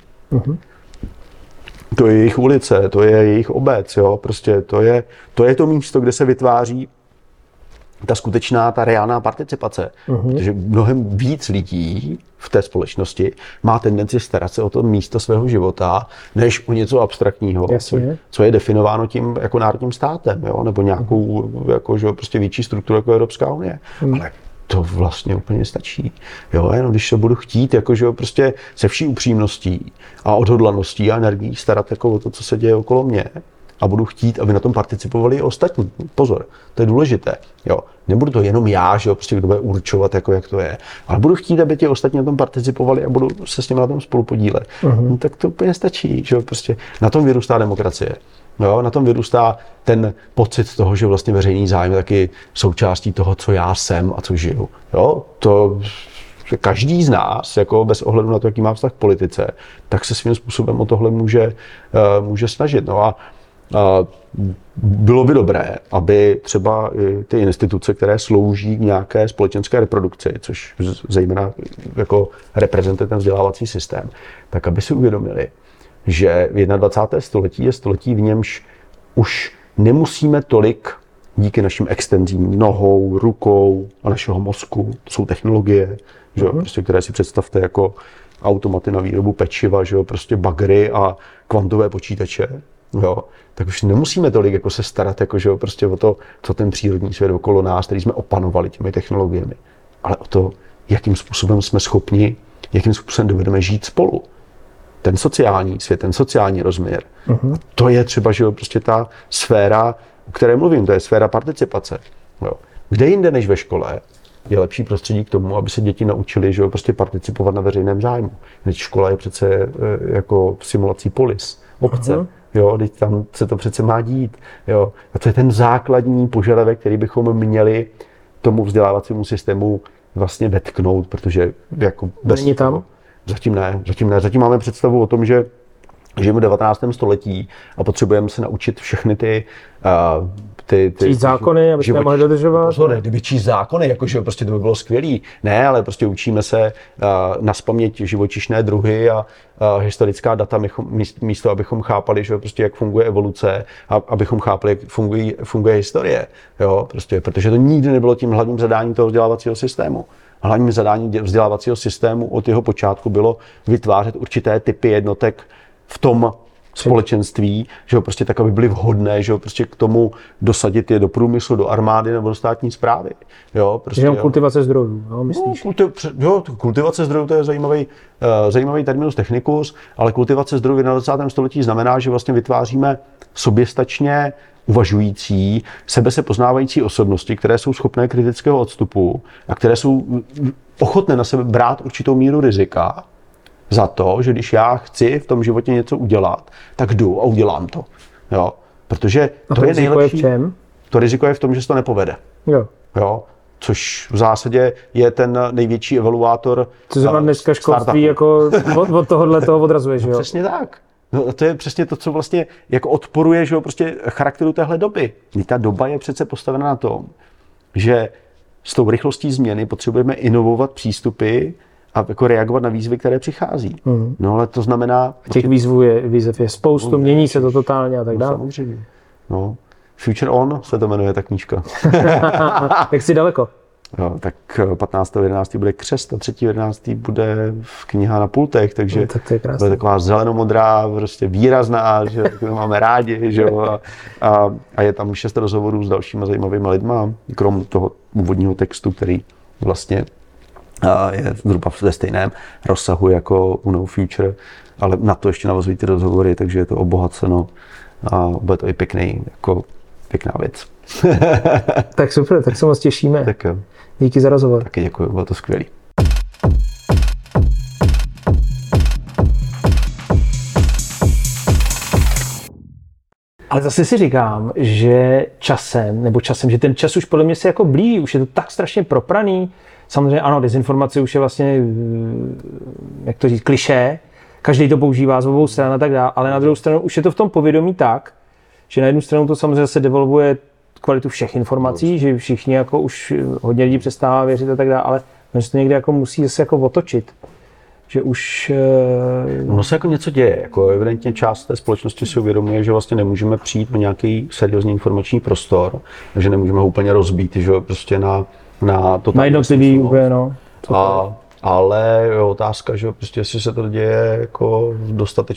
To je jejich ulice, to je jejich obec, jo, prostě to je to místo, kde se vytváří ta skutečná, ta reálná participace. Protože mnohem víc lidí v té společnosti má tendenci starat se o to místo svého života, než o něco abstraktního, co je definováno tím jako národním státem, jo, nebo nějakou jako, že, prostě větší strukturu jako Evropská unie. Ale to vlastně úplně stačí. Jo, jenom když se budu chtít, jakože prostě se vší upřímností a odhodlaností a energií starat jako o to, co se děje okolo mě, a budu chtít, aby na tom participovali i ostatní. Pozor, to je důležité. Jo, nebudu to jenom já, že jo, prostě kdo bude určovat, jako jak to je, ale budu chtít, aby ti ostatní na tom participovali a budu se s nimi na tom spolu podílet. No, tak to úplně stačí, že jo, prostě na tom vyrůstá demokracie. Jo, na tom vyrůstá ten pocit toho, že vlastně veřejný zájem je taky součástí toho, co já jsem a co žiju. Jo, to každý z nás, jako bez ohledu na to, jaký má vztah k politice, tak se svým způsobem o tohle může snažit. No a bylo by dobré, aby třeba i ty instituce, které slouží k nějaké společenské reprodukci, což zejména jako reprezentuje ten vzdělávací systém, tak aby si uvědomili, že 21. století je století, v němž už nemusíme tolik díky našim extenzím nohou, rukou a našeho mozku, to jsou technologie, že jo, prostě, které si představte jako automaty na výrobu pečiva, že jo, prostě bagry a kvantové počítače, jo, tak už nemusíme tolik jako se starat jako, že jo, prostě o to, co ten přírodní svět okolo nás, který jsme opanovali těmi technologiemi, ale o to, jakým způsobem jsme schopni jakým způsobem dovedeme žít spolu. Ten sociální svět, ten sociální rozměr. A to je třeba, že jo, prostě ta sféra, o které mluvím, to je sféra participace. Jo. Kde jinde než ve škole je lepší prostředí k tomu, aby se děti naučili, že jo, prostě participovat na veřejném zájmu. Teď škola je přece jako simulací polis, obce. Jo, teď tam se to přece má dít. Jo. A to je ten základní požadavek, který bychom měli tomu vzdělávacímu systému vlastně vetknout, protože jako bez Není tam? Zatím ne. Zatím máme představu o tom, že žijeme v 19. století a potřebujeme se naučit všechny ty číst zákony, aby jsme mohli dodržovat. Pozor, kdyby číst zákony, jakože prostě to by bylo skvělý. Ne, ale prostě učíme se nazpaměť živočišné druhy a historická data místo, abychom chápali, že prostě jak funguje evoluce a abychom chápali, jak funguje historie. Jo, prostě, protože to nikdy nebylo tím hlavním zadáním toho vzdělávacího systému. Hlavním zadáním vzdělávacího systému od jeho počátku bylo vytvářet určité typy jednotek v tom společenství, že jo, prostě tak, aby byly vhodné, že jo, prostě k tomu dosadit je do průmyslu, do armády nebo do státní správy. Jo, prostě, jo. Kultivace zdrojů, jo, myslíš? No, kultivace zdrojů, to je zajímavý terminus technicus, ale kultivace zdrojů v 21. století znamená, že vlastně vytváříme soběstačně uvažující, sebe se poznávající osobnosti, které jsou schopné kritického odstupu a které jsou ochotné na sebe brát určitou míru rizika za to, že když já chci v tom životě něco udělat, tak jdu a udělám to. Jo? Protože to je nejlepší. Je v čem? To riziko je v tom, že se to nepovede. Jo? Což v zásadě je ten největší evaluátor. Co zrovna dneska školství jako od toho odrazuje, že jo? Přesně tak. No a to je přesně to, co vlastně jako odporuje, že jo, prostě charakteru téhle doby. Ta doba je přece postavena na tom, že s tou rychlostí změny potřebujeme inovovat přístupy a jako reagovat na výzvy, které přichází. No ale to znamená... Těch výzev je spoustu, mění se to totálně a tak dále. Samozřejmě. No. Future On se to jmenuje ta knížka. Jak jsi daleko? Jo, tak 15.11. bude křest a 3.11. bude kniha na pultech, takže tak to je bude taková zelenomodrá, prostě výrazná, že to máme rádi, že jo, a je tam 6 rozhovorů s dalšíma zajímavými lidma, krom toho úvodního textu, který vlastně je zhruba ve stejném rozsahu jako u No Future, ale na to ještě navazují ty rozhovory, takže je to obohaceno a bude to i pěkná věc. Tak super, tak se moc těšíme. Tak jo. Díky za rozhovor. Taky děkuji, bylo to skvělý. Ale zase si říkám, že časem, že ten čas už podle mě se jako blíží, už je to tak strašně propraný. Samozřejmě ano, dezinformace už je vlastně, jak to říct, klišé. Každý to používá z obou stran a tak dále, ale na druhou stranu už je to v tom povědomí tak, že na jednu stranu to samozřejmě se devolvuje kvalitu všech informací, že všichni jako už hodně lidí přestává věřit a tak dále, ale to někde jako musí zase jako otočit. Že už... Ono se jako něco děje, jako evidentně část té společnosti si uvědomuje, že vlastně nemůžeme přijít na nějaký seriózní informační prostor, že nemůžeme ho úplně rozbít, že prostě na to na jednotlivý úplně, no. Ale je otázka, že prostě jestli se to děje jako v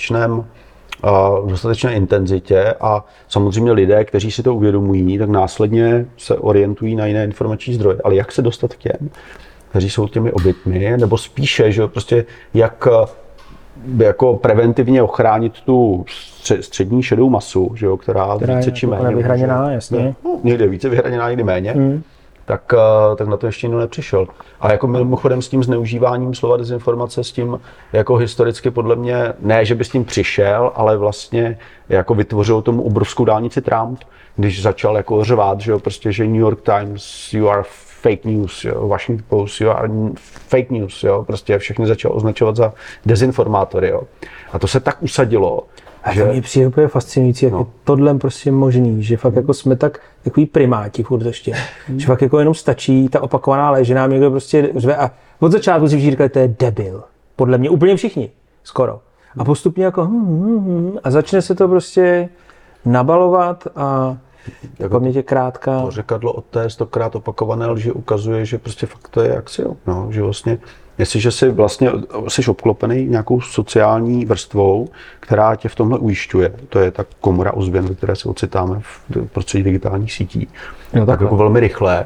dostatečné intenzitě a samozřejmě lidé, kteří si to uvědomují, tak následně se orientují na jiné informační zdroje. Ale jak se dostat k těm, kteří jsou těmi oběťmi, nebo spíše, že prostě jak jako preventivně ochránit tu střední šedou masu, že jo, která více či méně vyhraněná, jasně. No, někde více vyhraněná, někdy méně. Tak na to ještě nikdo nepřišel. A jako mimochodem s tím zneužíváním slova dezinformace, s tím jako historicky podle mě, ne, že by s tím přišel, ale vlastně jako vytvořil tomu obrovskou dálnici Trump, když začal jako řvát, že jo, prostě, že New York Times, you are fake news, jo, Washington Post, you are fake news, jo, prostě všechny začal označovat za dezinformátory, jo. A to se tak usadilo, a to mě přijde úplně fascinující, jak je tohle prostě možný, že fakt jako jsme takový primáti furt ještě, že fakt jako jenom stačí ta opakovaná lež, že nám někdo prostě řve a od začátku si všichni říkali, to je debil. Podle mě úplně všichni, skoro. A postupně jako a začne se to prostě nabalovat a paměť je krátká. To řekadlo od té 100krát opakované lži ukazuje, že prostě fakt to je axiom, no, že vlastně jestliže jsi obklopený nějakou sociální vrstvou, která tě v tomhle ujišťuje, to je ta komora ozvěn, ve které se ocitáme v prostředí digitálních sítí, tak jako velmi rychle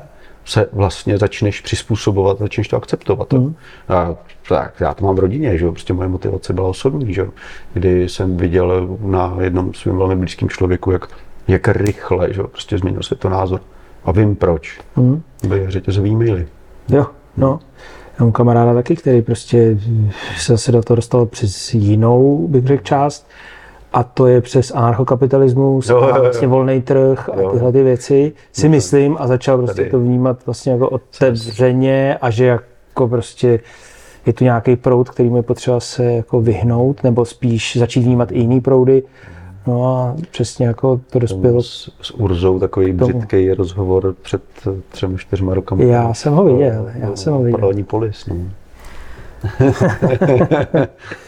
se vlastně začneš přizpůsobovat, začneš to akceptovat. A tak já to mám v rodině, že jo? Prostě moje motivace byla osobní, že jo? Kdy jsem viděl na jednom svým velmi blízkým člověku, jak rychle, že jo? Prostě změnil světonázor. A vím proč. Byly řetězový maily. Jo, no. Já mám kamaráda taky, který prostě se do toho dostal přes jinou, bych řekl, část. A to je přes anarchokapitalismus a vlastně volný trh a tyhle ty věci, si myslím, a začal prostě to vnímat vlastně jako otevřeně a že jako prostě je tu nějaký proud, kterým je potřeba se jako vyhnout, nebo spíš začít vnímat i jiný proudy. No a přesně jako to dospělo. S Urzou takový břitký rozhovor před 3-4 rokami. Já jsem ho viděl, Paralelní polis, no.